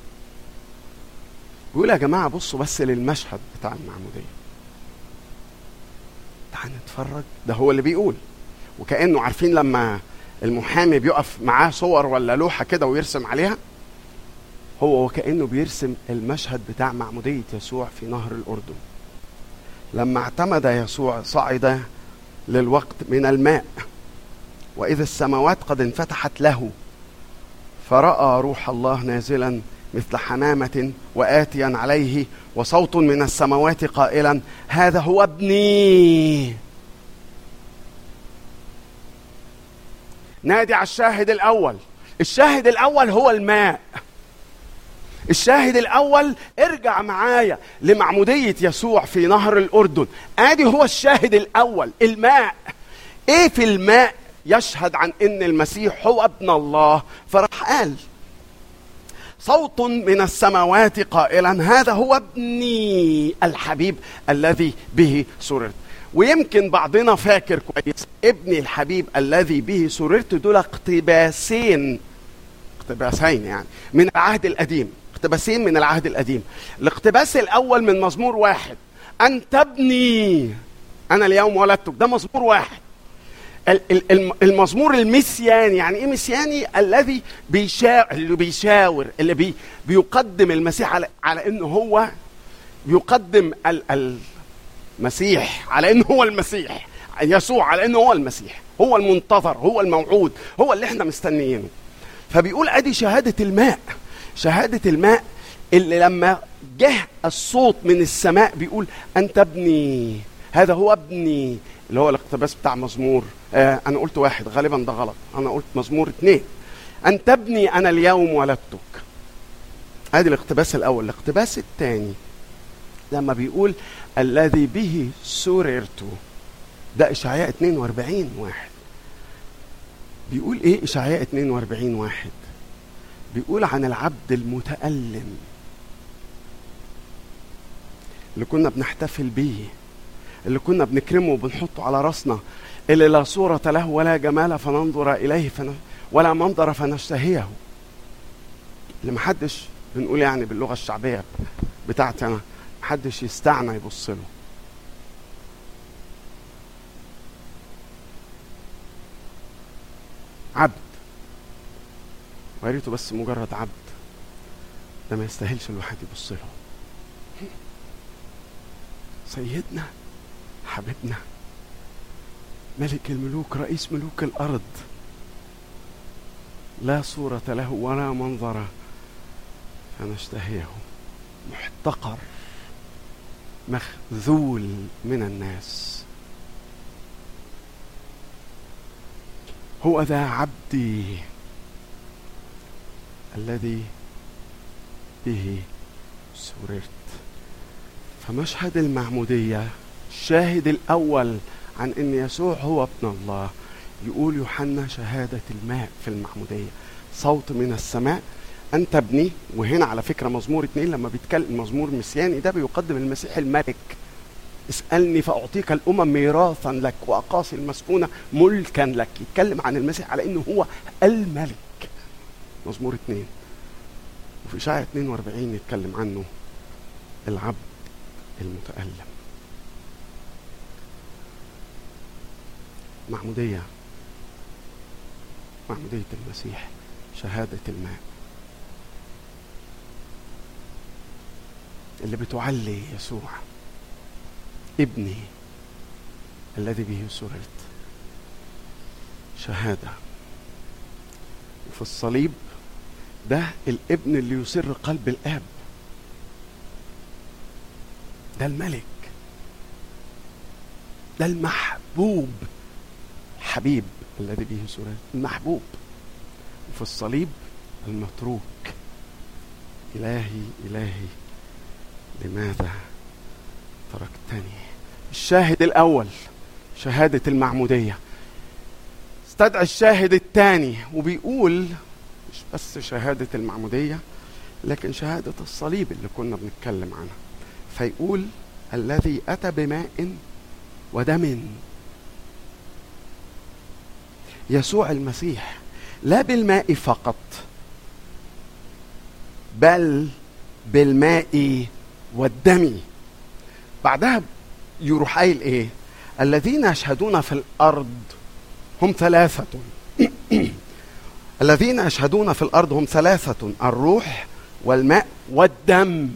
بيقول يا جماعة بصوا بس للمشهد بتاع المعمودية، تعال نتفرج. ده هو اللي بيقول، وكأنه عارفين لما المحامي بيقف معاه صور ولا لوحة كده ويرسم عليها، هو وكأنه بيرسم المشهد بتاع معمودية يسوع في نهر الأردن. لما اعتمد يسوع صعد للوقت من الماء، وإذا السماوات قد انفتحت له، فرأى روح الله نازلا مثل حمامة وآتيا عليه، وصوت من السماوات قائلا هذا هو ابني. نادي على الشاهد الأول. الشاهد الأول هو الماء. الشاهد الأول ارجع معايا لمعمودية يسوع في نهر الأردن. آدي هو الشاهد الأول، الماء. ايه في الماء يشهد عن ان المسيح هو ابن الله؟ فراح قال صوت من السماوات قائلا هذا هو ابني الحبيب الذي به سررت. ويمكن بعضنا فاكر كويس ابني الحبيب الذي به سررت دول اقتباسين يعني من العهد القديم، اقتباسين من العهد القديم. الاقتباس الاول من مزمور 1، انت ابني انا اليوم ولدتك، ده مزمور 1. المزمور المسياني، يعني ايه مسياني؟ الذي بيشاور اللي بيقدم المسيح على انه هو بيقدم المسيح على انه هو المسيح، يسوع على انه هو المسيح، هو المنتظر، هو الموعود، هو اللي احنا مستنيينه. فبيقول ادي شهادة الماء، شهادة الماء اللي لما جه الصوت من السماء بيقول أنت ابني، هذا هو ابني، اللي هو الاقتباس بتاع مزمور أنا قلت 1 غالبا ده غلط، أنا قلت مزمور 2. أنت ابني أنا اليوم ولدتك. هذا الاقتباس الأول. الاقتباس الثاني لما بيقول الذي به سررت، ده إشعياء 42:1. بيقول إيه إشعياء 42:1؟ بيقول عن العبد المتألم اللي كنا بنحتفل بيه، اللي كنا بنكرمه وبنحطه على رأسنا، اللي لا صورة له ولا جمال فننظر إليه ولا منظر فنشتهيه، اللي محدش بنقول يعني باللغة الشعبية بتاعتنا محدش يستعنى يبص له. عبد، وقريته بس مجرد عبد، ده ما يستاهلش الواحد يبص له. سيدنا حبيبنا ملك الملوك رئيس ملوك الأرض، لا صورة له ولا منظر فنشتهيه، محتقر مخذول من الناس. هو ذا عبدي الذي به سررت. فمشهد المعمودية الشاهد الأول عن أن يسوع هو ابن الله. يقول يوحنا شهادة الماء في المعمودية، صوت من السماء أنت ابني. وهنا على فكرة مزمور 2 لما بيتكلم مزمور مسياني ده بيقدم المسيح الملك. اسألني فأعطيك الأمم ميراثا لك وأقاصي المسكونة ملكا لك. يتكلم عن المسيح على أنه هو الملك، مزمور 2. وفي إشعياء 42 يتكلم عنه العبد المتألم. معمودية المسيح، شهادة الماء اللي بتعلي يسوع ابني الذي به سررت، شهادة. وفي الصليب ده الابن اللي يسر قلب الآب، ده الملك، ده المحبوب، حبيب الذي به سررت، المحبوب. وفي الصليب المتروك، إلهي إلهي لماذا تركتني. الشاهد الأول شهادة المعمودية. استدعى الشاهد الثاني وبيقول مش بس شهادة المعمودية لكن شهادة الصليب اللي كنا بنتكلم عنها. فيقول الذي أتى بماء ودم. يسوع المسيح لا بالماء فقط بل بالماء والدم. بعدها يروح قايل ايه؟ الذين يشهدون في الارض هم 3. الذين يشهدون في الارض هم 3: الروح والماء والدم.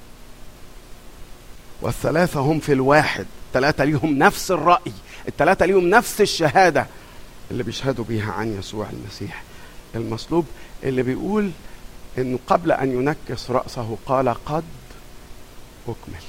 وال3 هم في الواحد. 3 ليهم نفس الرأي، 3 ليهم نفس الشهادة اللي بيشهدوا بيها عن يسوع المسيح المصلوب، اللي بيقول انه قبل ان ينكس رأسه قال قد أكمل.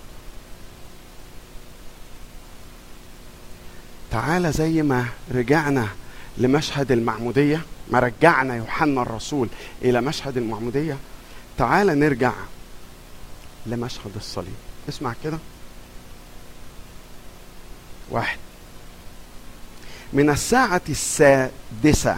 تعالى زي ما رجعنا لمشهد المعمودية، ما رجعنا يوحنا الرسول إلى مشهد المعمودية، تعالى نرجع لمشهد الصليب. اسمع كده. 1 من الساعة 6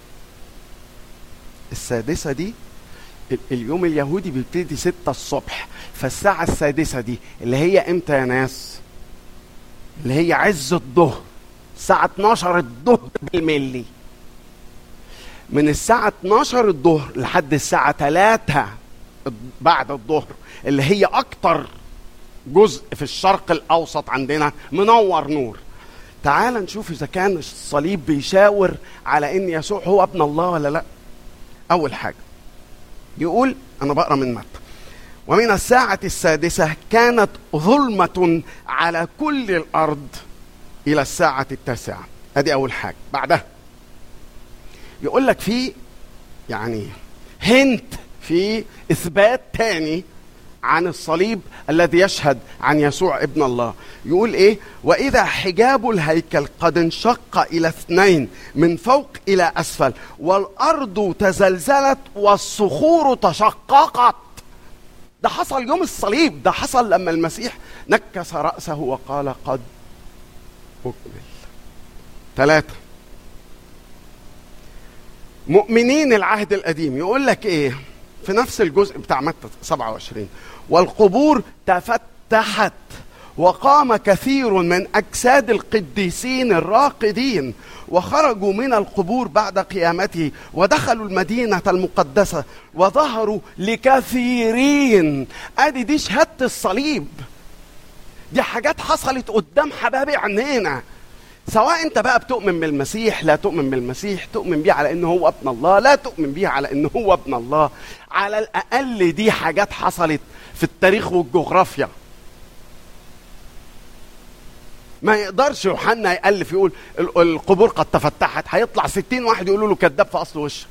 السادسة دي اليوم اليهودي بيبتدي 6 الصبح، فالساعة 6 دي اللي هي امتى يا ناس؟ اللي هي عز الظهر، الساعة 12 الظهر بالملي. من الساعة 12 الظهر لحد الساعة 3 بعد الظهر، اللي هي أكتر جزء في الشرق الأوسط عندنا منور نور. تعال نشوف إذا كان الصليب بيشاور على إن يسوع هو ابن الله ولا لا. أول حاجة يقول، أنا بقرأ من متى: ومن الساعة 6 كانت ظلمة على كل الأرض إلى الساعة 9. هذه أول حاجة. بعدها يقول لك في يعني هنت، في إثبات تاني عن الصليب الذي يشهد عن يسوع ابن الله. يقول ايه؟ واذا حجاب الهيكل قد انشق الى 2 من فوق الى اسفل، والارض تزلزلت والصخور تشققت. ده حصل يوم الصليب، ده حصل لما المسيح نكس رأسه وقال قد أكمل. 3 مؤمنين العهد القديم يقول لك ايه في نفس الجزء بتاع متى 27؟ والقبور تفتحت وقام كثير من أجساد القديسين الراقدين وخرجوا من القبور بعد قيامته ودخلوا المدينة المقدسة وظهروا لكثيرين. ادي دي شهادة الصليب، دي حاجات حصلت قدام حبايبي عينينا. سواء انت بقى بتؤمن بالمسيح، لا تؤمن بالمسيح، تؤمن بيه على انه هو ابن الله، لا تؤمن بيه على انه هو ابن الله، على الاقل دي حاجات حصلت في التاريخ والجغرافيا. ما يقدرش يوحنا يألف يقول القبور قد تفتحت، هيطلع 60 واحد يقولوا له كذاب في اصل وشك.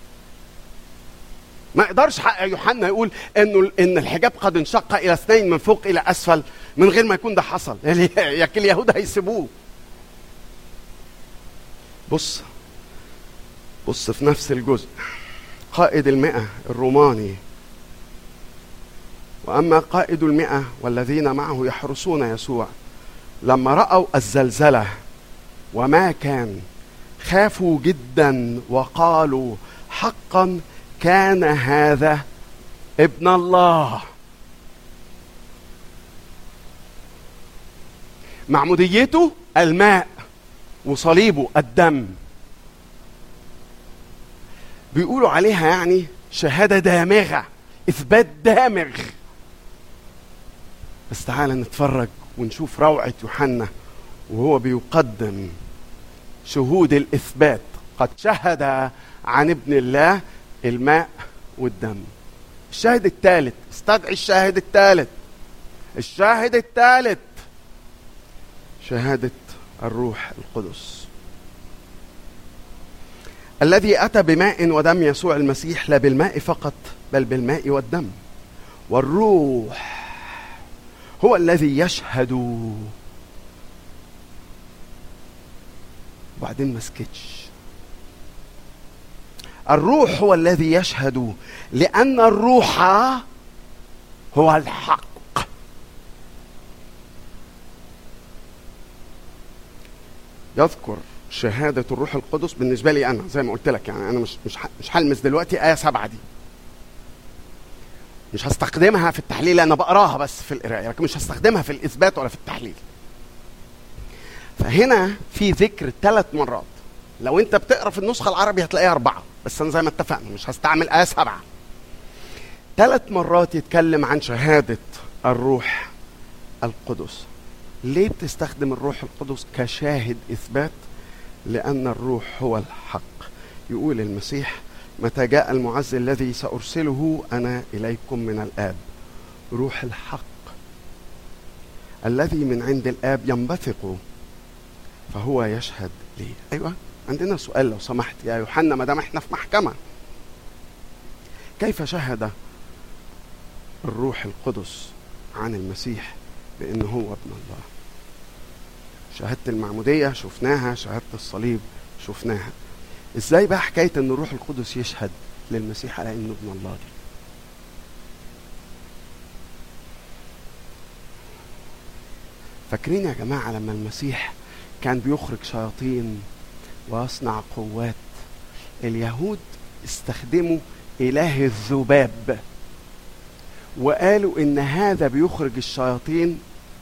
ما يقدرش حق يوحنا يقول ان الحجاب قد انشق الى 2 من فوق الى اسفل من غير ما يكون ده حصل. ياكل اليهود هيسيبوه. بص في نفس الجزء، قائد 100 الروماني: واما قائد 100 والذين معه يحرسون يسوع لما رأوا الزلزلة وما كان خافوا جدا وقالوا حقا كان هذا ابن الله. معموديته الماء وصليبه الدم، بيقولوا عليها يعني شهادة دامغة، إثبات دامغ. بس تعالى نتفرج ونشوف روعة يوحنا وهو بيقدم شهود الإثبات. قد شهد عن ابن الله الماء والدم. الشاهد الثالث، استدعي الشاهد الثالث. الشاهد الثالث شهادة الروح القدس الذي أتى بماء ودم يسوع المسيح، لا بالماء فقط بل بالماء والدم. والروح هو الذي يشهد. وبعدين ما سكتش. الروح هو الذي يشهد لأن الروح هو الحق. يذكر شهادة الروح القدس بالنسبة لي أنا زي ما قلت لك، يعني أنا مش هلمس دلوقتي آية 7 دي، مش هستخدمها في التحليل، أنا بقراها بس في القراءة، لكن مش هستخدمها في الإثبات ولا في التحليل. فهنا في ذكر 3 مرات. لو أنت بتقرأ في النسخة العربي هتلاقيها 4، بس أنا زي ما اتفقنا مش هستعمل آية 7. 3 مرات يتكلم عن شهادة الروح القدس. ليه بتستخدم الروح القدس كشاهد إثبات؟ لأن الروح هو الحق. يقول المسيح: متى جاء المعزي الذي سأرسله أنا إليكم من الآب، روح الحق الذي من عند الآب ينبثق فهو يشهد لي. أيوة، عندنا سؤال لو سمحت يا يوحنا، ما دام احنا في محكمة، كيف شهد الروح القدس عن المسيح بأنه هو ابن الله؟ شهادة المعمودية شفناها، شهادة الصليب شفناها. ازاي بقى حكاية ان الروح القدس يشهد للمسيح على انه ابن الله دي؟ فاكرين يا جماعة لما المسيح كان بيخرج شياطين ويصنع قوات، اليهود استخدموا إله الذباب وقالوا ان هذا بيخرج الشياطين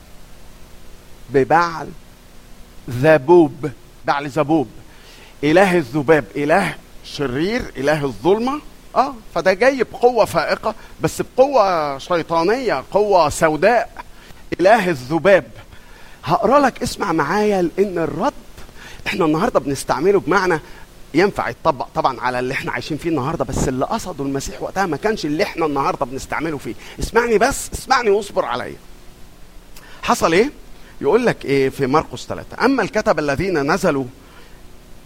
ببعل ذبوب، بعل ذبوب، إله الذباب، إله شرير، إله الظلمة. فده جاي بقوة فائقة بس بقوة شيطانية، قوة سوداء، إله الذباب. هقرأ لك، اسمع معايا، لأن الرد احنا النهاردة بنستعمله بمعنى ينفع يتطبق طبعا على اللي احنا عايشين فيه النهاردة، بس اللي قصده المسيح وقتها ما كانش اللي احنا النهاردة بنستعمله فيه. اسمعني بس، اسمعني واصبر عليا. حصل ايه؟ يقول لك ايه في مرقس 3: اما الكتبة الذين نزلوا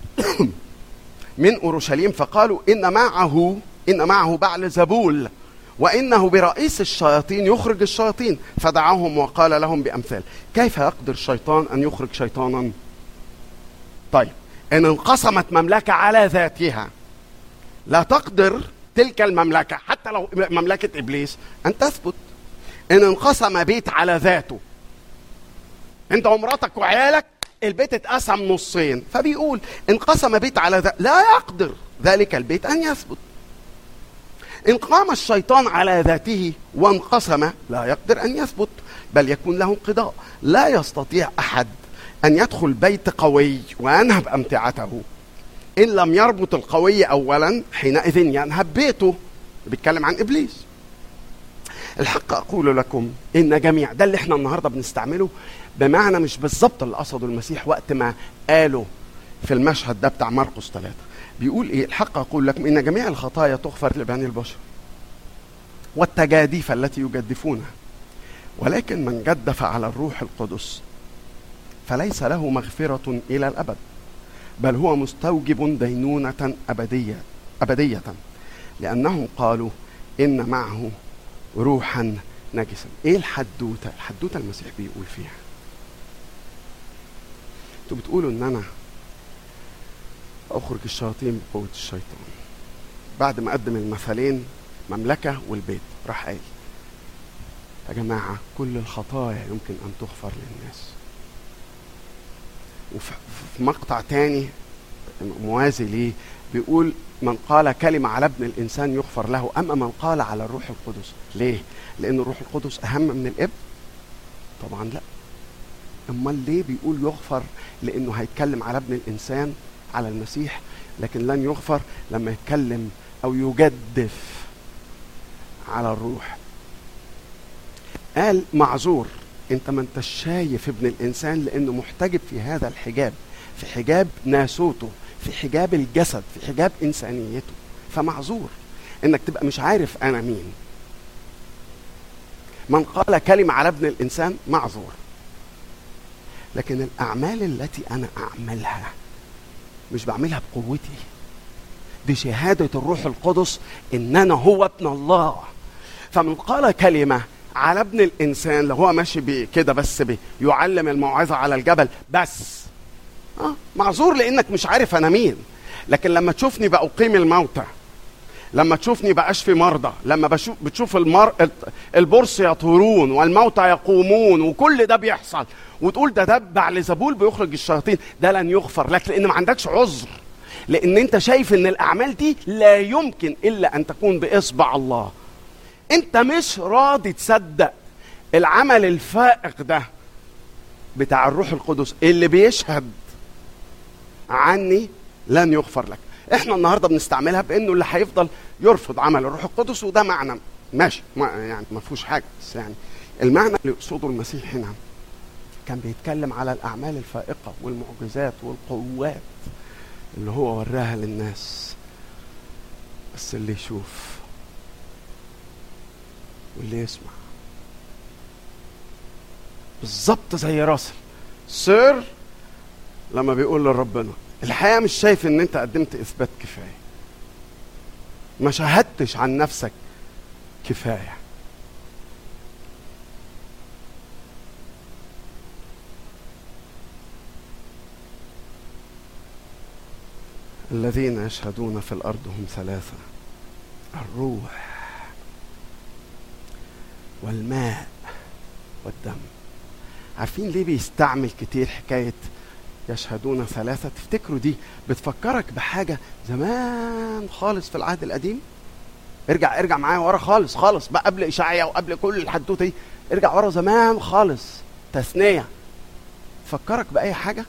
من اورشليم فقالوا ان معه بعل زبول وإنه برئيس الشياطين يخرج الشياطين، فدعاهم وقال لهم بأمثال. كيف يقدر الشيطان أن يخرج شيطانا؟ طيب، إن انقسمت مملكة على ذاتها لا تقدر تلك المملكة حتى لو مملكة إبليس أن تثبت. إن انقسم بيت على ذاته، أنت ومراتك وعيالك، البيت اتقسم نصين، فبيقول انقسم بيت على ذاته لا يقدر ذلك البيت أن يثبت. إن قام الشيطان على ذاته وانقسم لا يقدر أن يثبت، بل يكون له انقضاء. لا يستطيع أحد أن يدخل بيت قوي وينهب أمتعته إن لم يربط القوي أولا، حينئذ ينهب بيته. بيتكلم عن إبليس. الحق أقول لكم إن جميع ده اللي احنا النهاردة بنستعمله بمعنى مش بالظبط اللي قصده المسيح وقت ما قاله في المشهد ده بتاع مرقس 3. بيقول إيه؟ الحق أقول لكم إن جميع الخطايا تغفر لبني البشر والتجاديف التي يجدفونها، ولكن من جدف على الروح القدس فليس له مغفرة إلى الأبد، بل هو مستوجب دينونة أبدية، لأنهم قالوا إن معه روحا نجسا. إيه الحدوتة المسيح بيقول فيها؟ انتوا بتقولوا إن أنا أخرج الشياطين بقوة الشيطان. بعد ما قدم المثلين مملكة والبيت، راح قال يا جماعة كل الخطايا يمكن أن تغفر للناس. وفي مقطع تاني موازي ليه بيقول من قال كلمة على ابن الإنسان يغفر له، أما من قال على الروح القدس. ليه؟ لأن الروح القدس أهم من الابن؟ طبعا لا. أمال ليه بيقول يغفر؟ لأنه هيتكلم على ابن الإنسان، على المسيح، لكن لن يغفر لما يتكلم أو يجدف على الروح. قال معذور، انت ما انت شايف ابن الإنسان لأنه محتجب في هذا الحجاب، في حجاب ناسوته، في حجاب الجسد، في حجاب إنسانيته، فمعذور انك تبقى مش عارف أنا مين. من قال كلمة على ابن الإنسان معذور. لكن الأعمال التي أنا أعملها مش بعملها بقوتي، دي شهادة الروح القدس إن أنا هو ابن الله. فمن قال كلمة على ابن الإنسان لو هو ماشي كده بس يعلم الموعظة على الجبل بس، معذور لأنك مش عارف أنا مين. لكن لما تشوفني بأقيم الموتى، لما تشوفني بأشفي مرضى، لما بتشوف البرص يطهرون والموتى يقومون وكل ده بيحصل، وتقول ده دبع لزبول بيخرج الشياطين، ده لن يغفر لك لأن ما عندكش عذر، لأن أنت شايف أن الأعمال دي لا يمكن إلا أن تكون بإصبع الله. أنت مش راضي تصدق العمل الفائق ده بتاع الروح القدس اللي بيشهد عني لن يغفر لك. احنا النهارده بنستعملها بانه اللي هيفضل يرفض عمل الروح القدس، وده معنى ماشي، يعني ما فيهوش حاجه، بس يعني المعنى اللي يقصده المسيح هنا كان بيتكلم على الاعمال الفائقه والمعجزات والقوات اللي هو وراها للناس، بس اللي يشوف واللي يسمع. بالظبط زي راسل سير لما بيقول لربنا الحقيقة مش شايف ان انت قدمت اثبات كفاية، ما شهدتش عن نفسك كفاية. الذين يشهدون في الأرض هم ثلاثة: الروح والماء والدم. عارفين ليه بيستعمل كتير حكاية يشهدون ثلاثة؟ تفتكروا دي بتفكرك بحاجة زمان خالص في العهد القديم؟ ارجع معايا ورا خالص بقى، قبل إشعيا وقبل كل الحدوتة دي، ارجع ورا زمان خالص. تثنية تفكرك بأي حاجة؟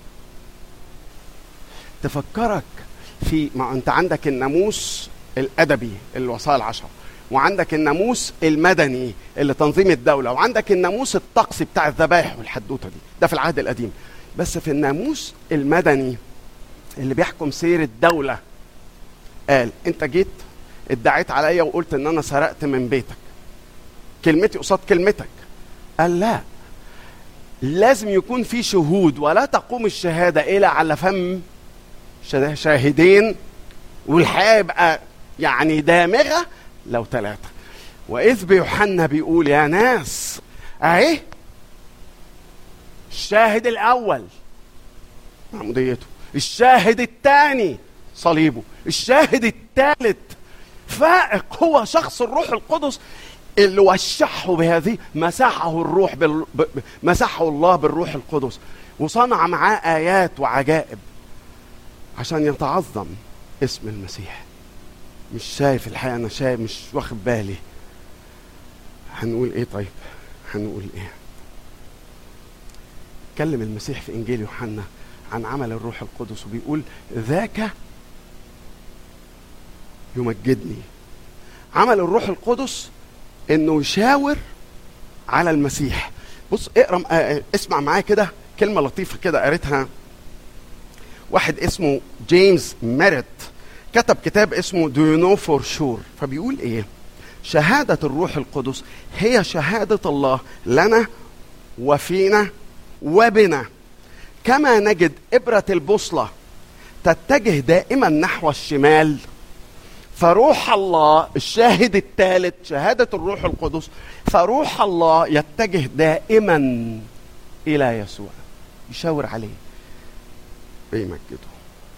تفكرك في، ما انت عندك الناموس الأدبي الوصايا 10، وعندك الناموس المدني اللي تنظيم الدولة، وعندك الناموس الطقسي بتاع الذبائح والحدوتة دي، ده في العهد القديم. بس في الناموس المدني اللي بيحكم سير الدولة قال انت جيت ادعيت عليا وقلت ان انا سرقت من بيتك، كلمتي قصاد كلمتك. قال لا، لازم يكون في شهود، ولا تقوم الشهادة إلا على فم شاهدين، والحياة يبقى يعني دامغة لو 3. وإذ بيوحنا بيقول يا ناس اهي الشاهد الأول معموديته، الشاهد الثاني صليبه، الشاهد الثالث فائق هو شخص الروح القدس اللي وشحه بهذه، مسحه الروح مسحه الله بالروح القدس وصنع معاه آيات وعجائب عشان يتعظم اسم المسيح. مش شايف الحقيقة، أنا شايف مش واخد بالي. هنقول إيه طيب؟ هنقول إيه؟ كلم المسيح في إنجيل يوحنا عن عمل الروح القدس وبيقول ذاك يمجدني. عمل الروح القدس إنه يشاور على المسيح. بص اقرأ اسمع معايا كده كلمة لطيفة كده قريتها واحد اسمه جيمس ميريت، كتب كتاب اسمه Do You Know For Sure. فبيقول ايه؟ شهادة الروح القدس هي شهادة الله لنا وفينا وبنا، كما نجد إبرة البوصلة تتجه دائما نحو الشمال، فروح الله الشاهد الثالث شهادة الروح القدس، فروح الله يتجه دائما إلى يسوع، يشاور عليه بيمجده.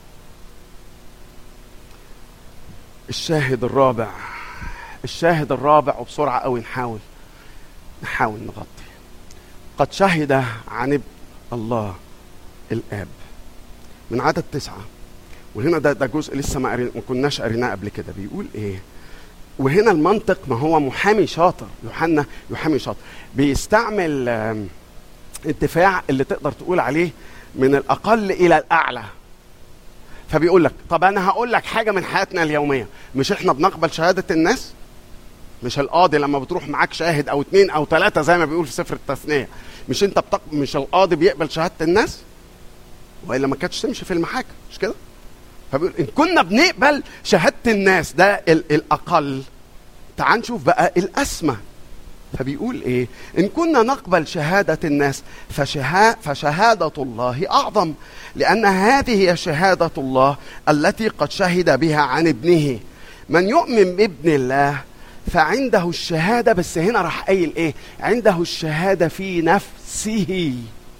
الشاهد الرابع وبسرعة قوي نحاول نغطي. قد شهد عن ابن الله الآب من عدد 9، وهنا ده جزء لسه ما كناش قريناه قبل كده. بيقول ايه؟ وهنا المنطق، ما هو محامي شاطر، يوحنا محامي شاطر بيستعمل انتفاع اللي تقدر تقول عليه من الأقل إلى الأعلى. فبيقول لك طب أنا هقول لك حاجة من حياتنا اليومية. مش إحنا بنقبل شهادة الناس؟ مش القاضي لما بتروح معاك شاهد أو 2 أو 3 زي ما بيقول في سفر التثنية، مش أنت مش القاضي بيقبل شهادة الناس؟ وإلا ما كانتش تمشي في المحاكم، مش كده؟ فبيقول إن كنا بنقبل شهادة الناس ده الأقل، تعال نشوف بقى الأسمى. فبيقول إيه؟ إن كنا نقبل شهادة الناس فشهادة الله أعظم، لأن هذه هي شهادة الله التي قد شهد بها عن ابنه. من يؤمن بابن الله فعنده الشهادة، بس هنا راح قايل إيه؟ عنده الشهادة في نفسه.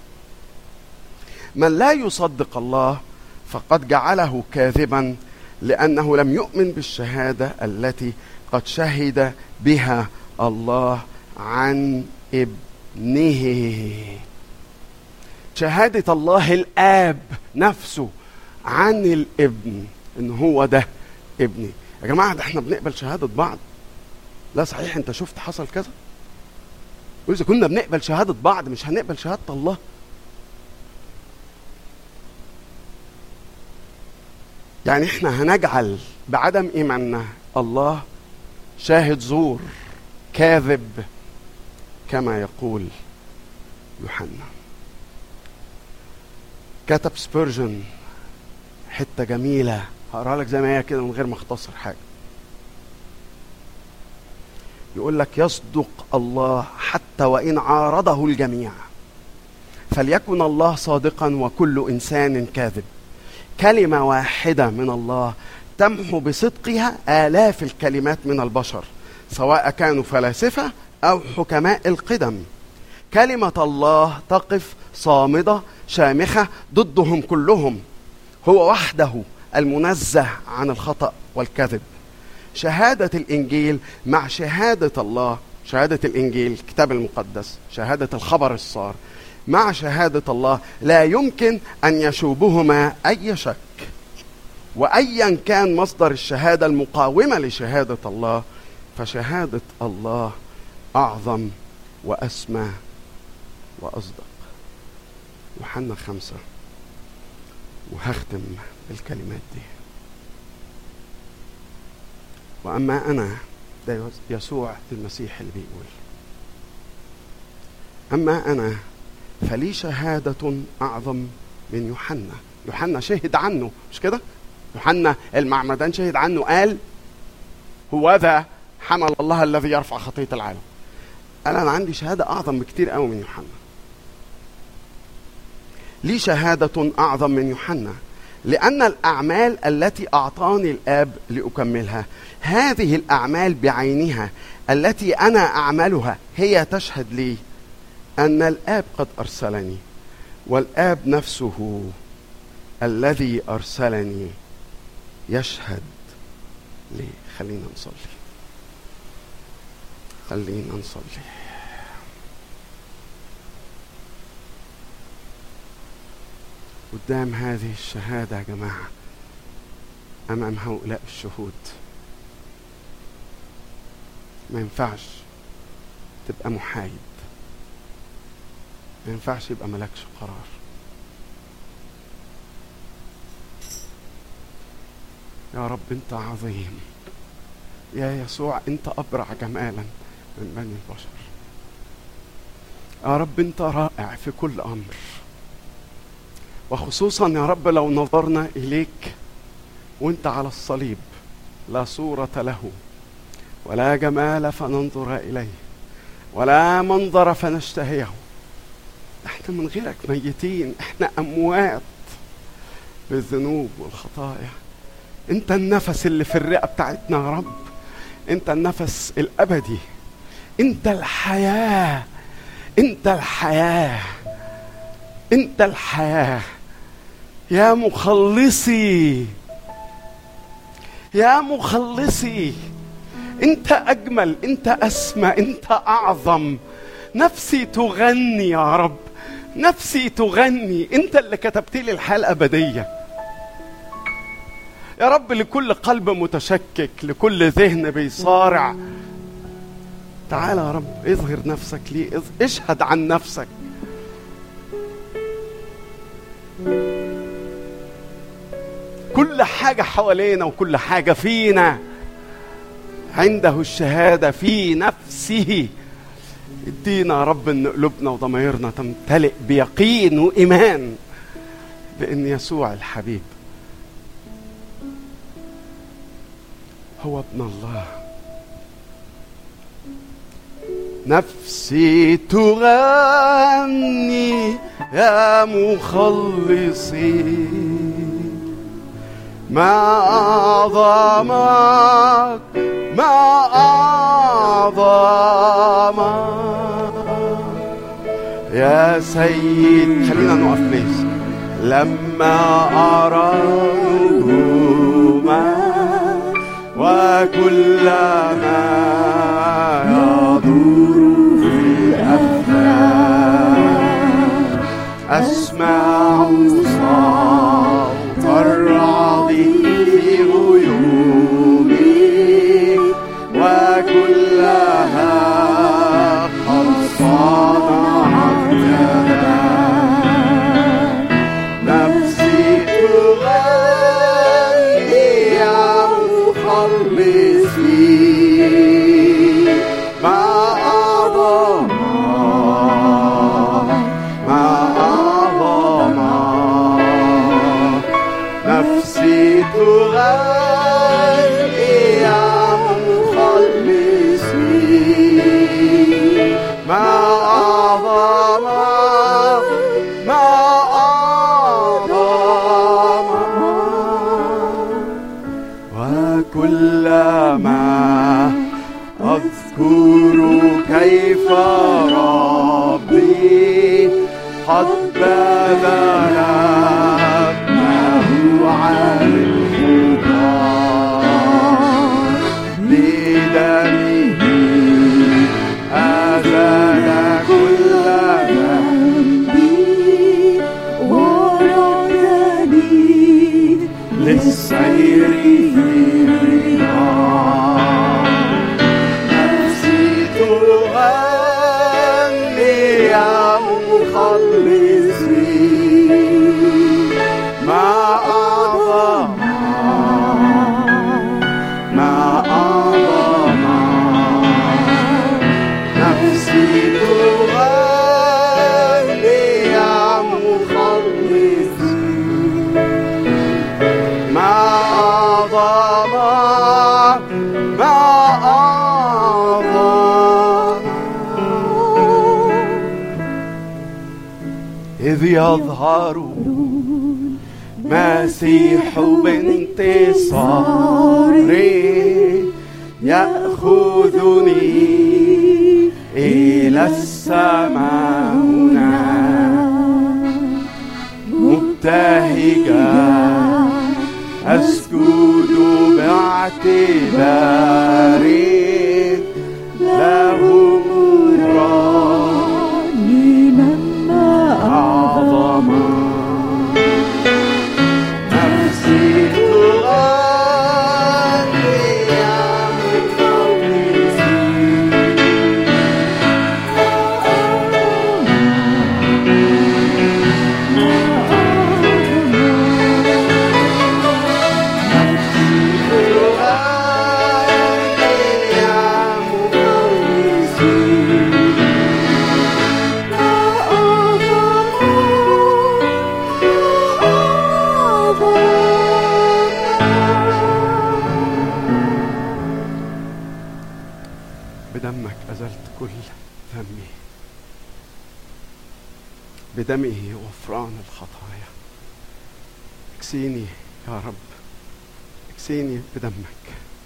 من لا يصدق الله فقد جعله كاذبا، لأنه لم يؤمن بالشهادة التي قد شهد بها الله عن ابنه. شهادة الله الآب نفسه عن الابن إن هو ده ابني. يا جماعة ده احنا بنقبل شهادة بعض. لا صحيح، انت شفت حصل كذا؟ وإذا كنا بنقبل شهادة بعض مش هنقبل شهادة الله. يعني احنا هنجعل بعدم إيماننا الله شاهد زور كاذب كما يقول يوحنا. كتب سبيرجن حتة جميلة هقرأ لك زي ما هي كده من غير ما اختصر حاجة. يقول لك يصدق الله حتى وإن عارضه الجميع، فليكن الله صادقا وكل إنسان كاذب. كلمة واحدة من الله تمحو بصدقها آلاف الكلمات من البشر، سواء كانوا فلاسفة أو حكماء القدم. كلمة الله تقف صامدة شامخة ضدهم كلهم. هو وحده المنزه عن الخطأ والكذب. شهادة الإنجيل مع شهادة الله، شهادة الإنجيل الكتاب المقدس، شهادة الخبر الصار مع شهادة الله لا يمكن أن يشوبهما أي شك. وأيا كان مصدر الشهادة المقاومة لشهادة الله، فشهادة الله أعظم وأسمى وأصدق. يوحنا 5، وهختم بالكلمات دي. وأما أنا، ده يسوع المسيح اللي بيقول، أما أنا فلي شهادة أعظم من يوحنا. يوحنا شهد عنه، مش كده؟ يوحنا المعمدان شهد عنه، قال هو ذا حمل الله الذي يرفع خطية العالم. أنا عندي شهادة أعظم بكتير قوي من يوحنا. لي شهادة أعظم من يوحنا، لأن الأعمال التي أعطاني الآب لأكملها، هذه الأعمال بعينها التي أنا أعملها هي تشهد لي أن الآب قد أرسلني، والآب نفسه الذي أرسلني يشهد لي. خلينا نصلي. قدام هذه الشهادة يا جماعة، أمام هؤلاء الشهود، ما ينفعش تبقى محايد، ما ينفعش يبقى ملكش قرار. يا رب أنت عظيم، يا يسوع أنت أبرع جمالا من بني البشر. يا رب أنت رائع في كل أمر، وخصوصا يا رب لو نظرنا إليك وأنت على الصليب، لا صورة له ولا جمال فننظر إليه ولا منظر فنشتهيه. احنا من غيرك ميتين، احنا أموات بالذنوب والخطايا. انت النفس اللي في الرئة بتاعتنا يا رب، انت النفس الأبدي، انت الحياة، انت الحياة، انت الحياة يا مخلصي، يا مخلصي. انت أجمل، انت أسمى، انت أعظم. نفسي تغني يا رب، نفسي تغني. انت اللي كتبت لي الحياة الأبدية يا رب. لكل قلب متشكك، لكل ذهن بيصارع، تعال يا رب اظهر نفسك لي، اشهد عن نفسك. كل حاجة حوالينا وكل حاجة فينا عنده الشهادة في نفسه. ادينا يا رب ان قلوبنا وضمائرنا تمتلئ بيقين وإيمان بأن يسوع الحبيب هو ابن الله. نفسي تغني يا مخلصي، ما أعظمك، ما أعظمك يا سيد. خلينا نقف ليش. لما أراهما وكلما يدور في الأفلاك، أسمع صوت الرعد في غيومي، وكلها قد صنعت يداك. نفسي تغني يا مخلصي، ما أعظمك، ما أعظمك. نفسي تغني يا مخلصي، ما أعظمك، ما أعظمك. وكلما أذكر كيف ربي قد بذل ابنه عن الخطاة، بدمه أزال كل ذنبي وردني للسير في رضاه. نفسي تغني يا مخلصي، ما أعظمك، ما أعظمك. نفسي تغني يا مخلصي، ما أعظمك، ما أعظمك. إذ يظهر مسيح بانتصار يأخذني إلى السماء مبتهجا أسجد باعتبار له مرانما أعظما نفسي تغني يا مخلصي بدمك أزلت كل ذنبي، بدمه غفران الخطايا. اكسيني يا رب، اكسيني بدمك.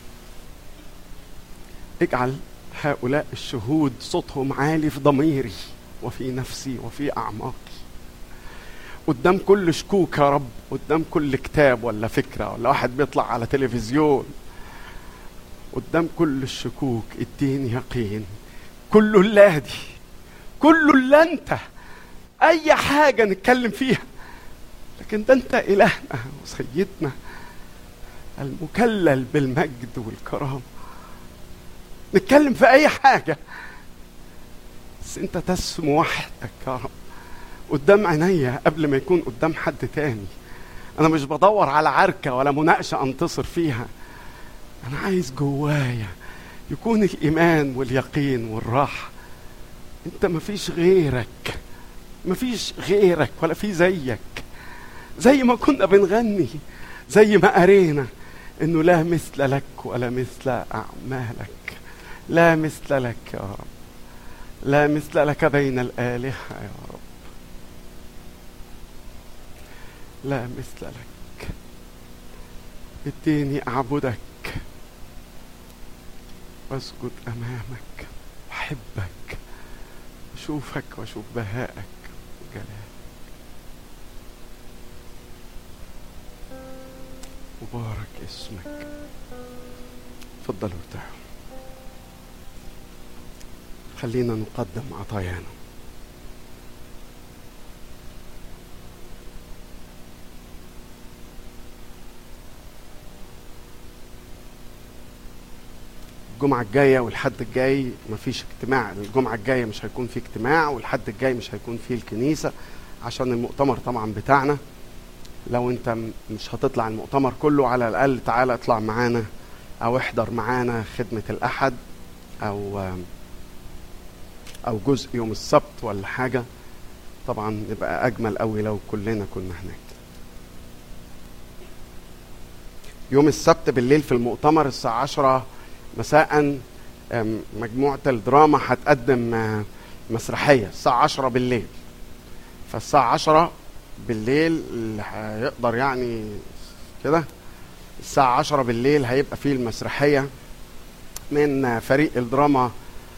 اجعل هؤلاء الشهود صوتهم عالي في ضميري وفي نفسي وفي أعماقي، قدام كل شكوك يا رب، قدام كل كتاب ولا فكرة ولا واحد بيطلع على تلفزيون، قدام كل الشكوك اديني يقين. كله الله دي، كله اللي انت، اي حاجة نتكلم فيها، لكن ده انت الهنا وسيدنا المكلل بالمجد والكرامة. نتكلم في اي حاجة بس انت تسمو وحدك يا رب قدام عينيا قبل ما يكون قدام حد تاني. انا مش بدور على عركة ولا مناقشة انتصر فيها، أنا عايز جوايا يكون الإيمان واليقين والراحة. أنت مفيش غيرك، مفيش غيرك ولا في زيك. زي ما كنا بنغني، زي ما قرينا إنه لا مثل لك ولا مثل أعمالك. لا مثل لك يا رب، لا مثل لك بين الآلهة يا رب، لا مثل لك. اديني أعبدك واسجد أمامك وأحبك وأشوفك وأشوف بهائك وجلالك. مبارك اسمك. تفضلوا ارتاحوا، خلينا نقدم عطايانا. الجمعة الجاية والحد الجاي مفيش اجتماع. الجمعة الجاية مش هيكون في اجتماع، والحد الجاي مش هيكون فيه الكنيسة عشان المؤتمر طبعا بتاعنا. لو انت مش هتطلع المؤتمر كله، على الأقل تعالى اطلع معانا او احضر معانا خدمة الأحد او جزء يوم السبت ولا حاجة. طبعا يبقى أجمل قوي لو كلنا كنا هناك. يوم السبت بالليل في المؤتمر الساعة 10 مساء مجموعة الدراما هتقدم مسرحية الساعة 10 بالليل. فالساعة 10 بالليل اللي هيقدر يعني كده، الساعة 10 بالليل هيبقى فيه المسرحية من فريق الدراما.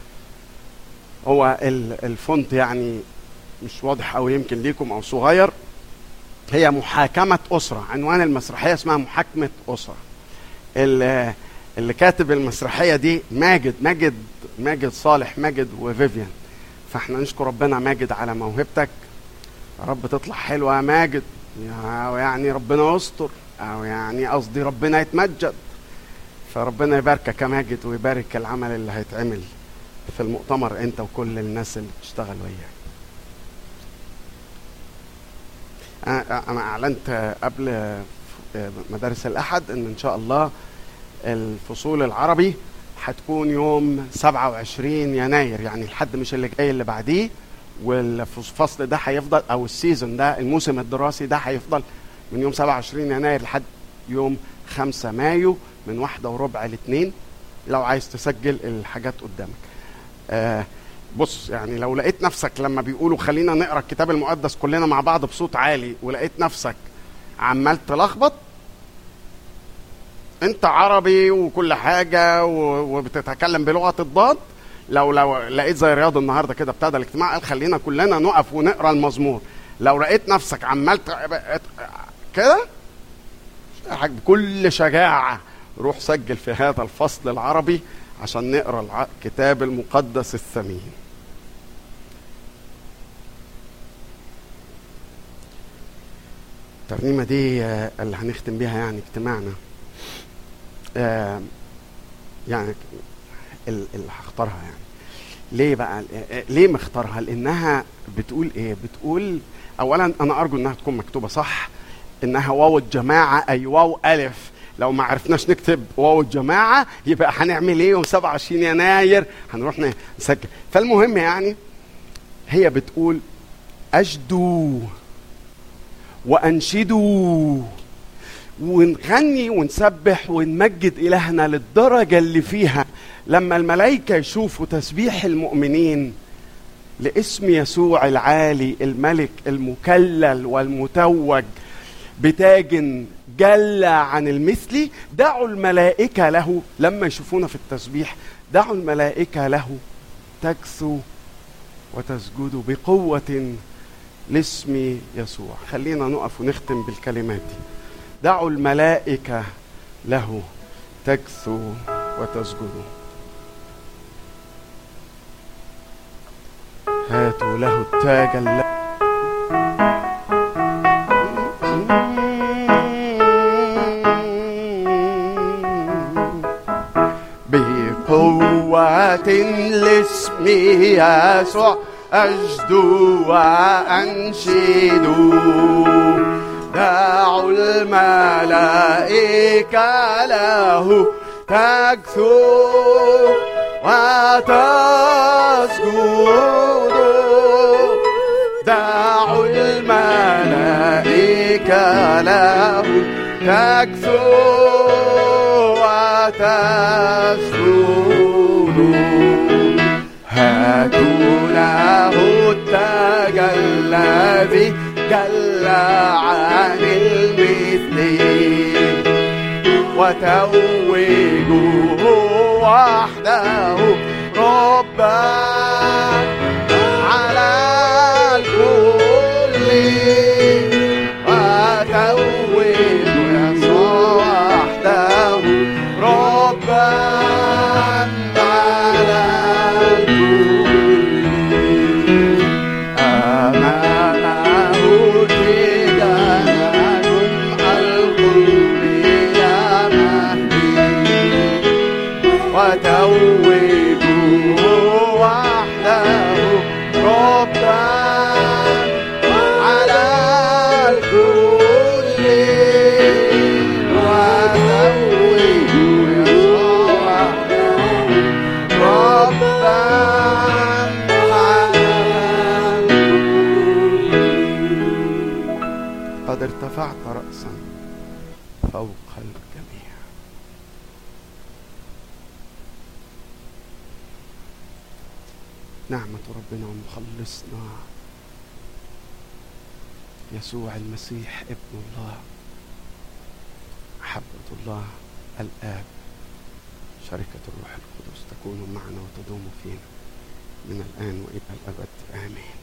هو الفونت يعني مش واضح أو يمكن ليكم أو صغير. هي محاكمة أسرة، عنوان المسرحية اسمها محاكمة أسرة. اللي كاتب المسرحية دي ماجد صالح، ماجد وفيفيان. فاحنا نشكر ربنا ماجد على موهبتك يا رب، تطلع حلوة يا ماجد، يعني ربنا يستر، او يعني قصدي ربنا يتمجد. فربنا يباركك يا ماجد ويبارك العمل اللي هيتعمل في المؤتمر انت وكل الناس اللي بتشتغل وياك. انا اعلنت قبل مدارس الأحد ان شاء الله الفصول العربي هتكون يوم 27 يناير، يعني الحد مش اللي جاي اللي بعديه. والفصل ده هيفضل، او السيزون ده، الموسم الدراسي ده هيفضل من يوم 27 يناير لحد يوم 5 مايو من 1:15 ل2. لو عايز تسجل الحاجات قدامك. بص يعني لو لقيت نفسك لما بيقولوا خلينا نقرأ الكتاب المقدس كلنا مع بعض بصوت عالي، ولقيت نفسك عمال تلخبط، انت عربي وكل حاجة وبتتكلم بلغة الضاد. لو لقيت زي رياض النهاردة كده ابتدى الاجتماع قال خلينا كلنا نقف ونقرأ المزمور، لو لقيت نفسك عمال كده بكل شجاعة روح سجل في هذا الفصل العربي عشان نقرأ الكتاب المقدس الثمين. الترنيمة دي اللي هنختم بيها يعني اجتماعنا، يعني اللي هختارها يعني ليه بقى، ليه مختارها؟ لانها بتقول ايه؟ بتقول اولا انا ارجو انها تكون مكتوبة صح، انها واو الجماعة اي واو الف. لو ما عرفناش نكتب واو الجماعة يبقى هنعمل ايه يوم 27 يناير؟ هنروح نسجل. فالمهم يعني هي بتقول اجدوا وانشدوا ونغني ونسبح ونمجد إلهنا للدرجة اللي فيها لما الملائكة يشوفوا تسبيح المؤمنين لاسم يسوع العالي الملك المكلل والمتوج بتاج جل عن المثل، دعوا الملائكة له لما يشوفونا في التسبيح، دعوا الملائكة له تكثوا وتسجدوا بقوة لاسم يسوع. خلينا نقف ونختم بالكلمات دي. دعوا الملائكة له تكثوا وتسجدوا. هاتوا له التاج بقوة لاسم يسوع أجدوا وأنشدوا. دعوا الملائكة له تكثوا وتسجدوا. دعوا الملائكة له تكثوا وتسجدوا. هاتوا له التاج الذي جل عن المثل وتوجوه وحده ربا على الكل. وتوجوه يسوع وحده ربا على الكل. أمامه تجاهكم القلب يا مهدي. وتوجوه وحده ربا على الكل. وتوجوه يسوع وحده ربا على الكل. قد ارتفعت رأسا فوق الجميع. نعمة ربنا ومخلصنا يسوع المسيح ابن الله، محبة الله الآب، شركة الروح القدس تكون معنا وتدوم فينا من الآن وإلى الأبد. آمين.